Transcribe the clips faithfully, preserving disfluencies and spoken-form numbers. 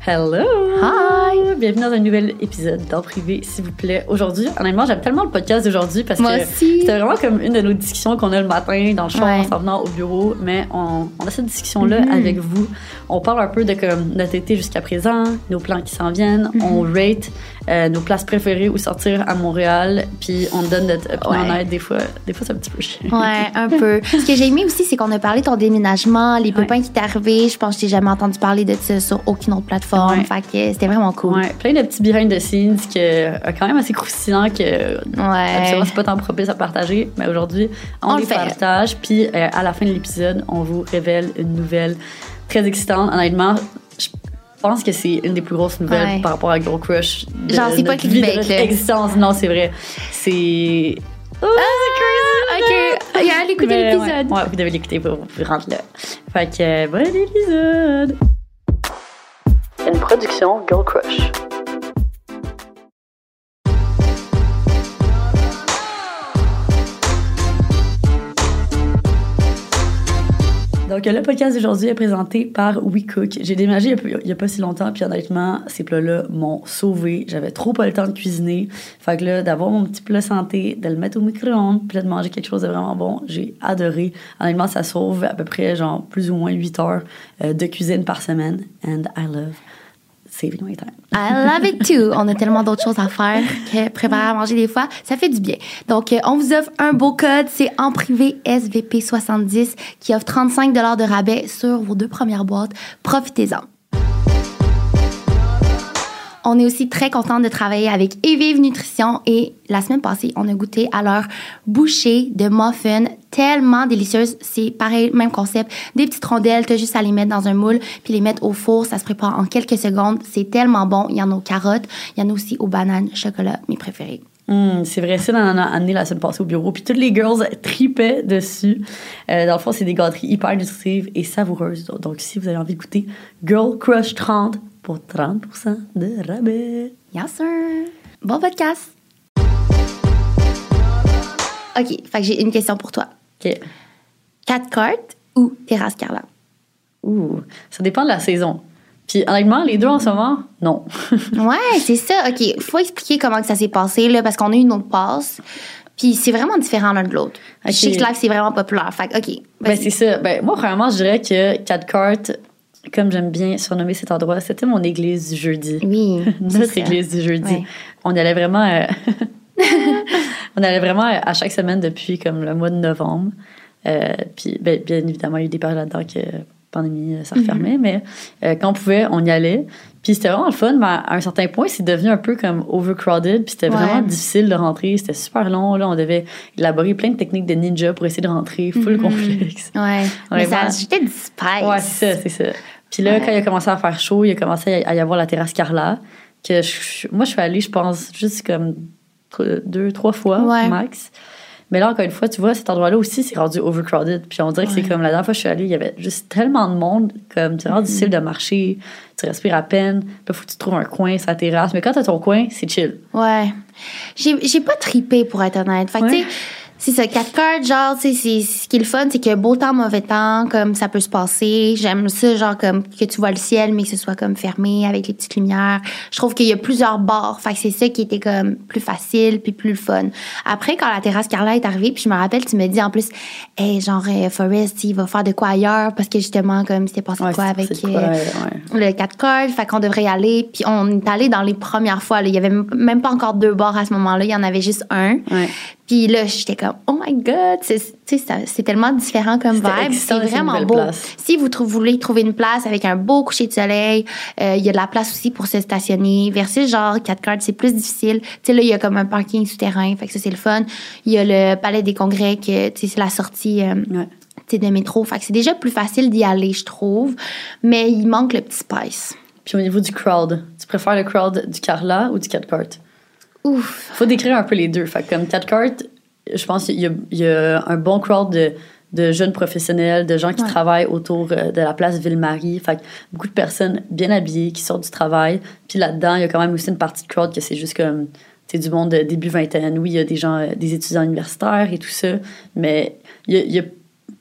Hello! Hi! Bienvenue dans un nouvel épisode d'En privé, s'il vous plaît. Aujourd'hui, honnêtement, j'aime tellement le podcast d'aujourd'hui parce Moi que aussi. c'était vraiment comme une de nos discussions qu'on a le matin dans le char Ouais. en s'en venant au bureau, mais on, on a cette discussion-là Mm-hmm. avec vous. On parle un peu de comme notre été jusqu'à présent, nos plans qui s'en viennent, Mm-hmm. on rate euh, nos places préférées où sortir à Montréal, puis on donne notre opinion Ouais. honnête. Des fois, des fois c'est un petit peu chiant. Ouais, un peu. Ce que j'ai aimé aussi, c'est qu'on a parlé de ton déménagement, les pépins Ouais. qui t'est arrivé. Je pense que j'ai jamais entendu parler de ça sur aucune autre plateforme. Ouais. Fait que c'était vraiment cool. Ouais, plein de petits behind the scenes que, euh, quand même assez croustillants que Ouais. absolument c'est pas tant propice à partager, mais aujourd'hui on, On les le fait. partage. Puis euh, à la fin de l'épisode, on vous révèle une nouvelle très excitante. Honnêtement, je pense que c'est une des plus grosses nouvelles Ouais. par rapport à Girl Crush. de Genre, c'est pas notre vie, de clickbait, notre là. existence. Non, c'est vrai. C'est. Oh, Ah, OK. Il a écouter mais l'épisode. Ouais, ouais, vous devez l'écouter pour vous rendre là. Fait que euh, bon épisode. Une production Girl Crush. Donc, le podcast d'aujourd'hui est présenté par WeCook. J'ai déménagé il n'y a pas si longtemps, puis honnêtement, ces plats-là m'ont sauvé. J'avais trop pas le temps de cuisiner. Fait que là, d'avoir mon petit plat santé, de le mettre au micro-ondes, puis là, de manger quelque chose de vraiment bon, j'ai adoré. Honnêtement, ça sauve à peu près, genre, plus ou moins huit heures euh, de cuisine par semaine. And I love saving my time. I love it too. On a tellement d'autres choses à faire que préparer à manger des fois. Ça fait du bien. Donc, euh, on vous offre un beau code. C'est en privé S V P soixante-dix qui offre trente-cinq dollars de rabais sur vos deux premières boîtes. Profitez-en. On est aussi très contente de travailler avec Evive Nutrition et la semaine passée, on a goûté à leur bouchée de muffins tellement délicieuse. C'est pareil, même concept. Des petites rondelles, t'as juste à les mettre dans un moule puis les mettre au four. Ça se prépare en quelques secondes. C'est tellement bon. Il y en a aux carottes. Il y en a aussi aux bananes, chocolat, mes préférés. Hum, c'est vrai, ça, on en a amené la semaine passée au bureau. Puis toutes les girls tripaient dessus. Euh, dans le fond, c'est des gâteries hyper nutritives et savoureuses. Donc, si vous avez envie de goûter Girl Crush trente pour trente pour cent de rabais. Yes, sir. Bon podcast. OK, fait que j'ai une question pour toi. OK. Cat Cart ou Terrasse Carla? Ouh, ça dépend de la saison. Puis honnêtement, les deux en ce moment, non. Ouais, c'est ça. OK, faut expliquer comment que ça s'est passé, là, parce qu'on a eu une autre passe. Puis c'est vraiment différent l'un de l'autre. OK. Six Life, c'est vraiment populaire. Fait que, OK. Ben, c'est ça. Ben, moi, premièrement, je dirais que Cat Cart, comme j'aime bien surnommer cet endroit, c'était mon église du jeudi. Oui. Notre c'est ça. église du jeudi. Ouais. On y allait vraiment... euh, on allait vraiment à chaque semaine depuis comme le mois de novembre. Euh, puis ben, bien évidemment, il y a eu des périodes là-dedans que la pandémie, ça refermait, Mm-hmm. mais euh, quand on pouvait, on y allait. Puis c'était vraiment le fun, mais à un certain point, c'est devenu un peu comme overcrowded, puis c'était Ouais. vraiment difficile de rentrer. C'était super long, là. On devait élaborer plein de techniques de ninja pour essayer de rentrer, full Mm-hmm. complexe. Ouais. Mais ça Vraiment. ajoutait du spice. Ouais, c'est ça, c'est ça. Puis là, Ouais. quand il a commencé à faire chaud, il a commencé à y avoir la terrasse Carla, que je- moi, je suis allée, je pense, juste comme tr- deux, trois fois, Ouais. max. Mais là, encore une fois, tu vois, cet endroit-là aussi, c'est rendu overcrowded. Puis on dirait que Ouais. c'est comme la dernière fois que je suis allée, il y avait juste tellement de monde, comme c'est vraiment difficile de marcher, tu respires à peine. Puis il faut que tu trouves un coin, sa terrasse. Mais quand t'as ton coin, c'est chill. Ouais. J'ai, j'ai pas trippé, pour être honnête. Fait que, Ouais. tu sais, c'est ça, quatre cartes, genre, tu sais, c'est, ce qui est le fun, c'est que beau temps, mauvais temps, comme ça peut se passer. J'aime ça, genre, comme que tu vois le ciel, mais que ce soit comme fermé avec les petites lumières. Je trouve qu'il y a plusieurs bords. Fait que c'est ça qui était comme plus facile puis plus le fun. Après, quand la terrasse Carla est arrivée, puis je me rappelle, tu me dis en plus, hey, genre, euh, Forrest, il va faire de quoi ailleurs parce que justement, comme c'était passé Ouais, quoi c'est- avec c'est quoi, euh, ouais. le quatre cartes, fait qu'on devrait y aller. Puis on est allé dans les premières fois. Là. Il y avait même pas encore deux bars à ce moment-là. Il y en avait juste un. Ouais. Puis là, j'étais comme, oh my God, c'est, tu sais, ça- c'est tellement différent comme C'était vibe. excitant, C'est ces vraiment nouvelles beau. places. Si vous trou- voulez trouver une place avec un beau coucher de soleil, euh, il y a de la place aussi pour se stationner. Versus genre quatre cartes, c'est plus difficile. Tu sais, là, il y a comme un parking souterrain. Fait que ça, c'est le fun. Il y a le Palais des Congrès, que, tu sais, c'est la sortie. euh, Ouais. tu sais, de métro. Fait que c'est déjà plus facile d'y aller, je trouve. Mais il manque le petit spice. Puis au niveau du crowd, tu préfères le crowd du Carla ou du Cat Cart? Ouf. Faut décrire un peu les deux. Fait que comme Cat Cart, je pense qu'il y a, il y a un bon crowd de, de jeunes professionnels, de gens qui Ouais. travaillent autour euh, de la place Ville-Marie. Fait que beaucoup de personnes bien habillées qui sortent du travail. Puis là-dedans, il y a quand même aussi une partie de crowd que c'est juste comme, tu sais, du monde de début vingtaine. Oui, il y a des gens, euh, des étudiants universitaires et tout ça. Mais il y a, il y a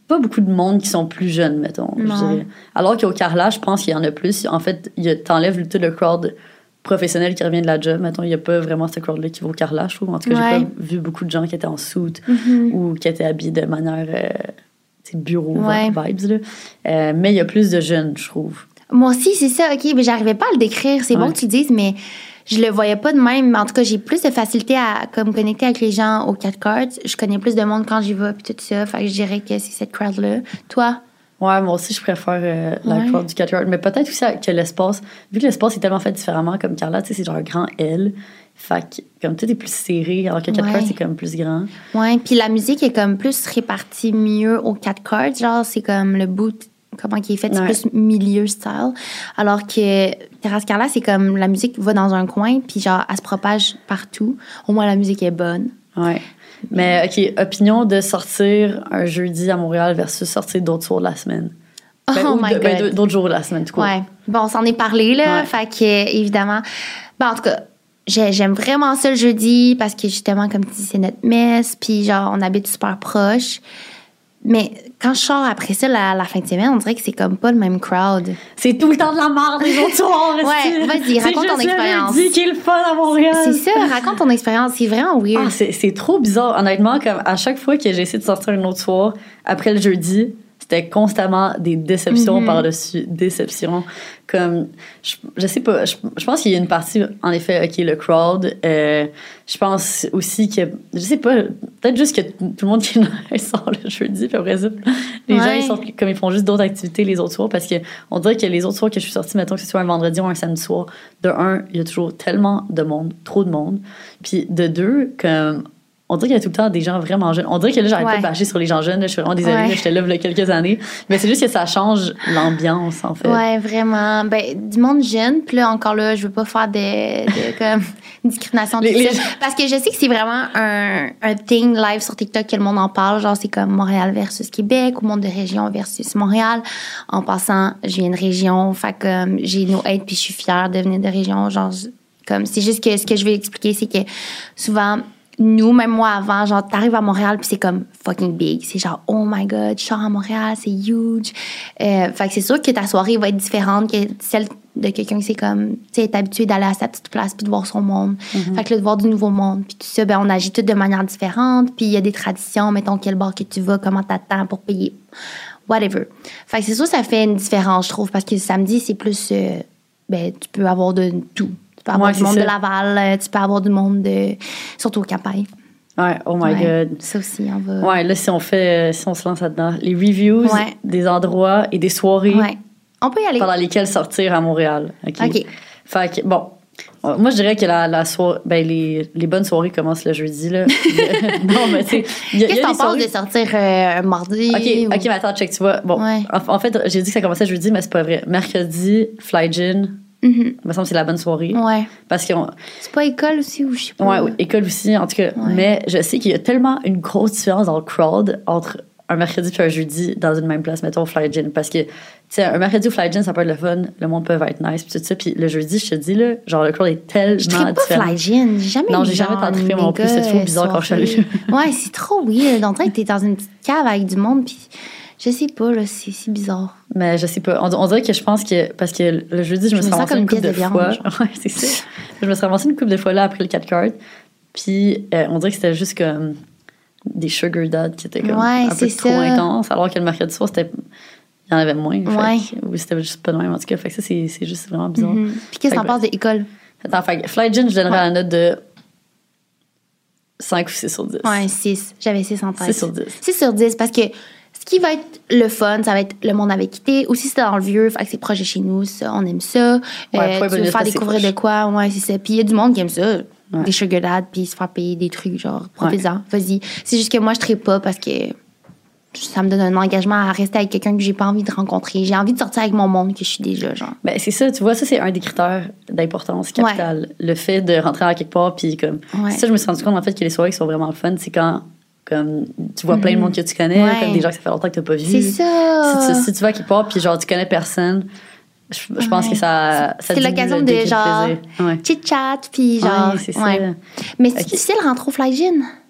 pas beaucoup de monde qui sont plus jeunes, mettons. Je dirais. Alors qu'au Carrelage, je pense qu'il y en a plus. En fait, il t'enlèves tout le crowd professionnel qui revient de la job. Mettons, il n'y a pas vraiment ce crowd-là qui va au Carrelage, je trouve. En tout cas, ouais. j'ai pas vu beaucoup de gens qui étaient en suit mm-hmm. ou qui étaient habillés de manière euh, bureau, ouais. vibes. Là. Euh, mais il y a plus de jeunes, je trouve. Moi aussi, c'est ça. OK, mais j'arrivais pas à le décrire. C'est ouais. bon que tu le dises, mais je le voyais pas de même. En tout cas, j'ai plus de facilité à comme, connecter avec les gens aux quatre cards. Je connais plus de monde quand j'y vais, puis tout ça. Fait que je dirais que c'est cette crowd-là. Toi? Ouais, moi aussi, je préfère euh, la ouais. crowd du quatre cards. Mais peut-être aussi que l'espace, vu que l'espace est tellement fait différemment, comme Carla, tu sais, c'est genre un grand L. Fait que, comme tout est plus serré, alors que quatre ouais. cards, c'est comme plus grand. Ouais, puis la musique est comme plus répartie mieux aux quatre cards. Genre, c'est comme le boot. Comment qui est fait, c'est ouais. plus milieu style. Alors que Terrasse Carla, c'est comme la musique va dans un coin, puis genre, elle se propage partout. Au moins, la musique est bonne. Ouais. Mais, OK, opinion de sortir un jeudi à Montréal versus sortir d'autres soirs de la semaine. Oh ben, my de, God. Ben, d'autres jours de la semaine, tout court. Ouais. Bon, on s'en est parlé, là. Ouais. Fait que, évidemment. Ben, en tout cas, j'aime vraiment ça le jeudi parce que, justement, comme tu dis, c'est notre messe, puis genre, on habite super proche. Mais quand je sors après ça, la, la fin de semaine, on dirait que c'est comme pas le même crowd. C'est tout le temps de la merde les autres soirs. Ouais, vas-y, raconte ton expérience. C'est juste le jeudi qui est le fun à Montréal. C'est ça, raconte ton expérience. C'est vraiment weird. Ah, c'est, c'est trop bizarre. Honnêtement, comme à chaque fois que j'ai essayé de sortir un autre soir, après le jeudi, c'était constamment des déceptions mm-hmm. par-dessus déceptions. Comme, je, je sais pas, je, je pense qu'il y a une partie, en effet, OK, le crowd. Euh, je pense aussi que, je sais pas, peut-être juste que tout le monde qui sort le jeudi, puis après ça, les ouais. gens, ils sortent comme ils font juste d'autres activités les autres soirs, parce qu'on dirait que les autres soirs que je suis sortie, mettons que ce soit un vendredi ou un samedi soir, de un, il y a toujours tellement de monde, trop de monde. Puis de deux, comme, on dirait qu'il y a tout le temps des gens vraiment jeunes. On dirait que là, j'arrête ouais. pas de bâcher sur les gens jeunes. Là, je suis vraiment désolée. Ouais. Là, j'étais là il y a quelques années. Mais c'est juste que ça change l'ambiance, en fait. Ouais, vraiment. Ben, du monde jeune. Puis là, encore là, je veux pas faire de, de comme, discrimination. Les, les... Parce que je sais que c'est vraiment un, un thing live sur TikTok que le monde en parle. Genre, c'est comme Montréal versus Québec ou monde de région versus Montréal. En passant, je viens de région. Fait que j'ai nos aides puis je suis fière de venir de région. Genre, comme, c'est juste que ce que je vais expliquer, c'est que souvent, nous, même moi avant, genre, t'arrives à Montréal puis c'est comme fucking big. C'est genre, oh my God, je sors à Montréal, c'est huge. Euh, fait que c'est sûr que ta soirée va être différente que celle de quelqu'un qui c'est comme, tu sais, est habitué d'aller à sa petite place puis de voir son monde. Mm-hmm. Fait que là, de voir du nouveau monde puis tout ça, ben on agit toutes de manière différente. Puis il y a des traditions, mettons quel bar que tu vas, comment t'attends pour payer, whatever. Fait que c'est sûr ça fait une différence, je trouve, parce que samedi, c'est plus, euh, ben tu peux avoir de tout. Tu peux avoir ouais, du monde ça. de Laval, tu peux avoir du monde de... Surtout au Campagne. Ouais, oh my ouais, God. Ça aussi, on va... Ouais, là, si on fait... Si on se lance là-dedans, les reviews ouais. des endroits et des soirées... Ouais. On peut y aller. Pendant lesquelles sortir à Montréal. OK. OK. Fait que, bon... Moi, je dirais que la, la soirée... Ben, les, les bonnes soirées commencent le jeudi, là. Non, mais tu sais... Qu'est-ce que t'en penses de sortir euh, un mardi? OK, ou... OK, mais attends, check, tu vois. Bon, ouais. en, en fait, j'ai dit que ça commençait jeudi, mais c'est pas vrai. Mercredi, Fly Gin... Mm-hmm. Il me semble que c'est la bonne soirée. Ouais. Parce que on... c'est pas école aussi ou je sais pas. Ouais, oui, école aussi, en tout cas. Ouais. Mais je sais qu'il y a tellement une grosse différence dans le crowd entre un mercredi et un jeudi dans une même place, mettons, Fly Gin. Parce que, tu sais, un mercredi ou Fly Gin, ça peut être le fun, le monde peut être nice, puis tout ça. Puis le jeudi, je te dis, là, genre, le crowd est tellement différent. Je tripe pas Fly Gin, j'ai jamais Non, j'ai jamais tenté mon plus, c'est trop bizarre quand je suis allée. Ouais, c'est trop weird. On dirait que t'es dans une petite cave avec du monde, puis je sais pas, là, c'est, c'est bizarre. Mais je sais pas. On, on dirait que je pense que... Parce que le jeudi, je, je me suis ramassée une couple de, de fois. Ouais, c'est ça. Je me suis ramassée une couple de fois là après le quatre cards. Puis euh, on dirait que c'était juste comme des sugar dads qui étaient comme ouais, un peu trop ça. intenses. Alors que le mercredi soir, c'était... Il y en avait moins. Ouais. Fait que, ou c'était juste pas de même. En tout cas, fait que ça, c'est, c'est juste vraiment bizarre. Mm-hmm. Puis qu'est-ce que t'en penses de l'école? Attends, fait que Fly Gin, je donnerais ouais. la note de cinq ou six sur dix. Ouais, six. J'avais six en tête. six sur dix. six sur dix parce que ce qui va être le fun, ça va être le monde avec quitté. Aussi, c'est dans le vieux, fait que c'est proche de chez nous, ça, on aime ça. Ouais, euh, tu veux faire découvrir de quoi, ouais, c'est ça. Puis il y a du monde qui aime ça, ouais. des sugar dads, puis se faire payer des trucs, genre, profite-en, ouais. vas-y. C'est juste que moi, je tripe pas parce que ça me donne un engagement à rester avec quelqu'un que j'ai pas envie de rencontrer. J'ai envie de sortir avec mon monde que je suis déjà, genre. Ben, c'est ça, tu vois, ça, c'est un des critères d'importance capitale. Ouais. Le fait de rentrer à quelque part, puis comme... Ouais. Ça, je me suis rendu compte, en fait, que les soirées qui sont vraiment le fun, c'est quand... Comme, tu vois plein de monde que tu connais, ouais. comme des gens que ça fait longtemps que tu n'as pas vu. C'est ça. Si tu, si tu vas à quelque part, puis genre, tu connais personne, je, je ouais. pense que ça, ça c'est l'occasion de, genre, ouais. chit-chat, puis genre... Ouais, c'est ouais. ça. Mais c'est okay. difficile de rentrer au Fly Gin.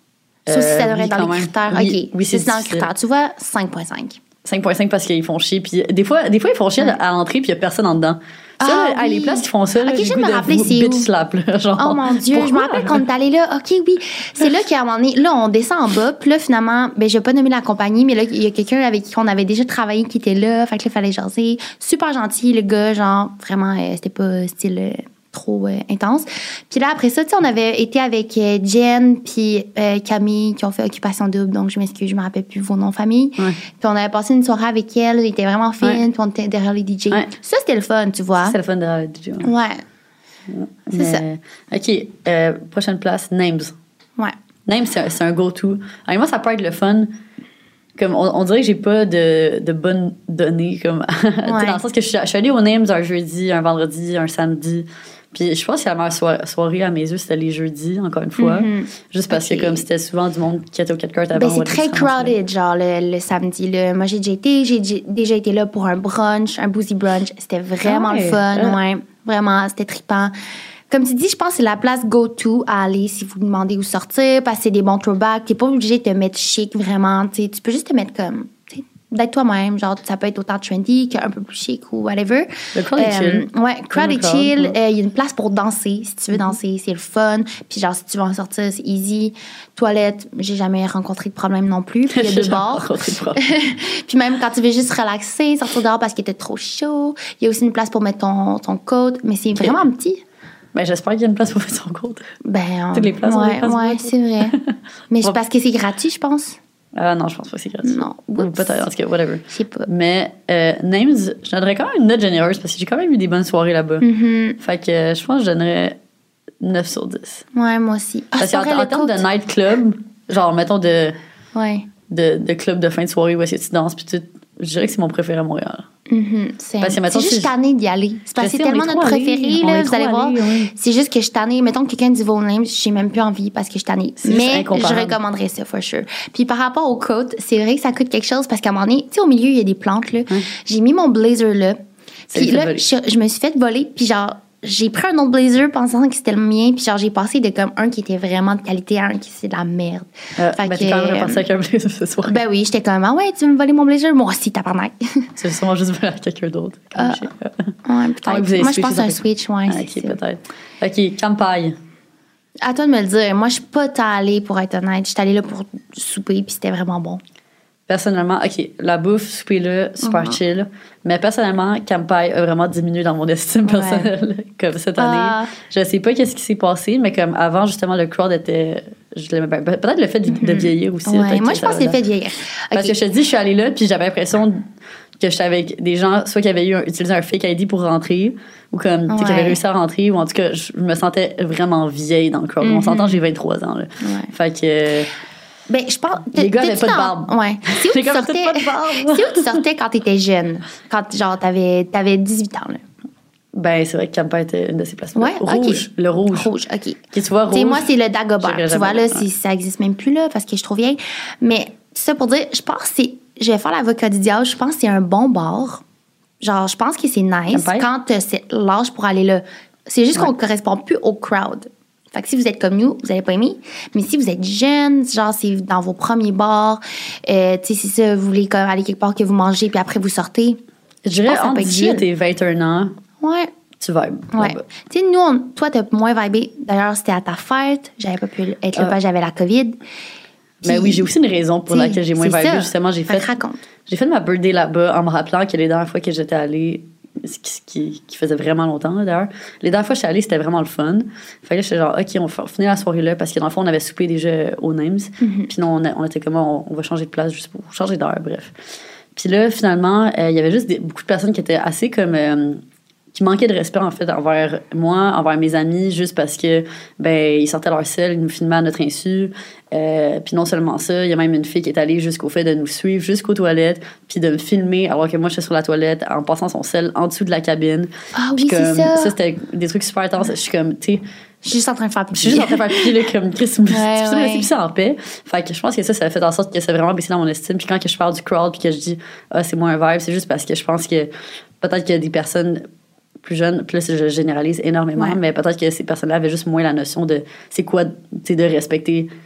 Sauf si ça Euh, devrait oui, être dans quand les même. critères. Oui, OK. oui, Si c'est c'est dans les difficile. critères. Tu vois, cinq virgule cinq. cinq virgule cinq parce qu'ils font chier. Puis des fois, des fois ils font chier Ouais. à l'entrée puis il y a personne en dedans. Ça, Ah, là, ah, oui. les places qui font ça, là, Ok, j'ai je le viens goût de me rappeler, vous c'est bitch où? slap, là, genre. Oh mon Dieu, je me Pourquoi? rappelle quand on est allé là. OK, oui. C'est là qu'à un moment donné, là, on descend en bas. Puis là, finalement, ben, je vais pas nommer la compagnie, mais là, il y a quelqu'un avec qui on avait déjà travaillé qui était là. Fait que là, il fallait jaser. Super gentil, le gars, genre, vraiment, euh, c'était pas style euh, trop euh, intense. Puis là, après ça, tu sais, on avait été avec euh, Jen puis euh, Camille qui ont fait Occupation Double. Donc, je m'excuse, je me rappelle plus vos noms de famille. Ouais. Puis on avait passé une soirée avec elle. Elle était vraiment fine. Ouais. Puis on était derrière les D J. Ouais. Ça, c'était le fun, tu vois. C'est le fun de la D J. Ouais. Ouais. C'est ça. Mais- OK. euh, prochaine place, Names. Ouais. Names, c'est un, c'est un go-to. Alors, moi, ça peut être le fun. Comme on, on dirait que j'ai pas de, de bonnes données. Comme, tu sais, Ouais. dans le sens que je suis, je suis allée aux Names un jeudi, un vendredi, un samedi. Puis je pense que la meilleure soirée, soirée à mes yeux, c'était les jeudis, encore une fois. Mhm. Juste parce Ok. que comme c'était souvent du monde qui était au quatre cartes avant. Ben, c'est ouais, très qui se ramassait là. crowded, genre, le, le samedi. Là. Moi, j'ai déjà été, j'ai dj- déjà été là pour un brunch, un boozy brunch. C'était vraiment Ah ouais, le fun, euh. ouais. Vraiment, c'était trippant. Comme tu dis, je pense que c'est la place go-to à aller si vous demandez où sortir, passer des bons throwbacks. T'es pas obligé de te mettre chic, vraiment. T'sais, tu peux juste te mettre comme, t'sais, d'être toi-même. Genre, ça peut être autant trendy qu'un peu plus chic ou whatever. Le crowd est chill. Ouais, crowd Le est crowd, chill. ouais. Euh, Il y a une place pour danser. Si tu veux danser, c'est le fun. Puis genre, si tu veux en sortir, c'est easy. Toilette, j'ai jamais rencontré de problème non plus. Puis il y a J'ai deux jamais bars. rencontré de problème. Puis même quand tu veux juste relaxer, sortir dehors parce qu'il était trop chaud. Il y a aussi une place pour mettre ton, ton coat. Mais c'est vraiment petit. Ben, j'espère qu'il y a une place pour faire son compte. Ben, Toutes les places ont ouais, des places ouais, pour- c'est vrai. Mais c'est Ouais. parce que c'est gratuit, je pense. Ah non, je pense pas que c'est gratuit. Non. Ou Oups. peut-être, en tout cas, whatever. Je sais pas. Mais euh, Names, je donnerais quand même une note généreuse parce que j'ai quand même eu des bonnes soirées là-bas. Mhm. Fait que euh, je pense que je donnerais neuf sur dix. Ouais, moi aussi. Ah, Parce qu'en c'est vrai, en le termes de coat. nightclub, genre, mettons, de, Ouais. de, de club de fin de soirée où est-ce que tu danses, puis tout, je dirais que c'est mon préféré à Montréal. Mhm. C'est Parce que, mettons, c'est juste si- tannée d'y aller. C'est parce Je que sais, c'est on est tellement trop notre allés. préféré, On là, est vous trop allez voir. allés, oui. C'est juste que je suis tannée. Mettons que quelqu'un dit vos names, j'ai même plus envie parce que je suis tannée. C'est juste Mais je incomparable. recommanderais ça, for sure. Puis par rapport au coat, c'est vrai que ça coûte quelque chose parce qu'à un moment donné, tu sais, au milieu, il y a des plantes, là. J'ai mis mon blazer là. Ça Puis lui fait là, voler. je, je me suis fait voler. Puis genre, j'ai pris un autre blazer pensant que c'était le mien. Puis genre, j'ai passé de comme un qui était vraiment de qualité à un qui c'est de la merde. Euh, Fait ben, que, t'es quand même euh, reparti avec un blazer ce soir. Ben oui, j'étais comme, ah ouais, tu veux me voler mon blazer? Moi aussi, tabarnak. Tu veux sûrement juste voler à quelqu'un d'autre. Comme Ah. je sais. Ouais, Ah, peut-être. vous avez Moi, je switché, pense ça à un fait- switch, ouais, Ah, c'est ok, ça. peut-être. Ok, campagne. À toi de me le dire. Moi, je suis pas tant allée pour être honnête. Je suis allée là pour souper, puis c'était vraiment bon. Personnellement, OK, la bouffe, souper là, super Mhm. chill. Mais personnellement, Campai a vraiment diminué dans mon estime Ouais. personnelle comme cette année. Ah. Je sais pas qu'est-ce qui s'est passé, mais comme avant, justement, le crowd était... Je l'aimais bien. Peut-être le fait de, de vieillir aussi. Ouais, peut-être moi, que je ça pense que c'est va- le fait de vieillir. Parce Ok. que je te dis, je suis allée là, puis j'avais l'impression que j'étais avec des gens, soit qui avaient eu un- utilisé un fake I D pour rentrer, ou comme, tu sais, qui avaient Ouais. réussi à rentrer, ou en tout cas, je me sentais vraiment vieille dans le crowd. On Mhm. s'entend, j'ai vingt-trois ans, là. Ouais. Fait que... Ben, je pense. Les gars t'as- avaient t'as-tu pas de dans- barbe. Ouais. C'est où Les tu gars avaient sortais. tous pas de barbe. C'est où tu sortais quand t'étais jeune? Quand, genre, t'avais, t'avais dix-huit ans, là. Ben, c'est vrai que Campa était une de ces places. Ouais, Rouge, ok. le rouge. Rouge, OK. Ok, tu vois, rouge. Tu sais, moi, c'est le Dagobah. j'irais Tu vois, jamais là, là. c'est- ça existe même plus, là, parce que je suis trop vieille. Mais, ça pour dire, je pense que c'est. Je vais faire l'avocat du diable. Je pense que c'est un bon bar. Genre, je pense que c'est nice Campagne? quand t'as cet- l'âge pour aller là. C'est juste qu'on ne correspond plus au crowd. Fait que si vous êtes comme nous, vous n'allez pas aimer. Mais si vous êtes jeune, genre, c'est dans vos premiers bars, euh, tu sais, c'est ça, vous voulez comme aller quelque part que vous mangez, puis après vous sortez. Je dirais pense que ça entre peut être dix-huit chill. et vingt et un ans, Ouais. tu vibes. Ouais. là-bas. Tu sais, nous, on- toi, t'as moins vibé. D'ailleurs, c'était à ta fête. J'avais pas pu être là Ah. parce que j'avais la COVID. Mais Puis, oui, j'ai aussi une raison pour tu sais, laquelle j'ai moins c'est vibé. ça. Justement, j'ai Fait fait, que raconte. j'ai fait ma birthday là-bas en me rappelant que les dernières fois que j'étais allée, ce qui, qui, qui faisait vraiment longtemps là, d'ailleurs, les dernières fois que j'étais allée, c'était vraiment le fun. Fait que là, j'étais genre, OK, on va finir la soirée là parce que dans le fond, on avait soupé déjà aux Names. Mm-hmm. Puis non, on, a- on était comme, on, on va changer de place juste pour changer d'heure, bref. Puis là, finalement, euh, il y avait juste des- beaucoup de personnes qui étaient assez comme. euh, qui manquaient de respect, en fait, envers moi, envers mes amis, juste parce que, ben, ils sortaient leur sel, ils nous filmaient à notre insu. Euh, puis non seulement ça, il y a même une fille qui est allée jusqu'au fait de nous suivre jusqu'aux toilettes, puis de me filmer alors que moi, j'étais sur la toilette en passant son sel en dessous de la cabine. Ah Puis oui, c'est comme, ça. c'était des trucs super intenses. Je suis comme, tu sais, Je suis juste en train de faire je suis juste en train de faire pipi, là, comme Chris, tu peux me ouais. laisser pisser en paix. Fait que je pense que ça, ça a fait en sorte que ça a vraiment baissé dans mon estime. Puis quand que je parle du crowd, puis que je dis, ah, c'est moins un vibe, c'est juste parce que je pense que peut-être qu'il y a des personnes plus jeunes, puis là, je généralise énormément, Ouais. mais peut-être que ces personnes-là avaient juste moins la notion de c'est quoi, tu sais, de respecter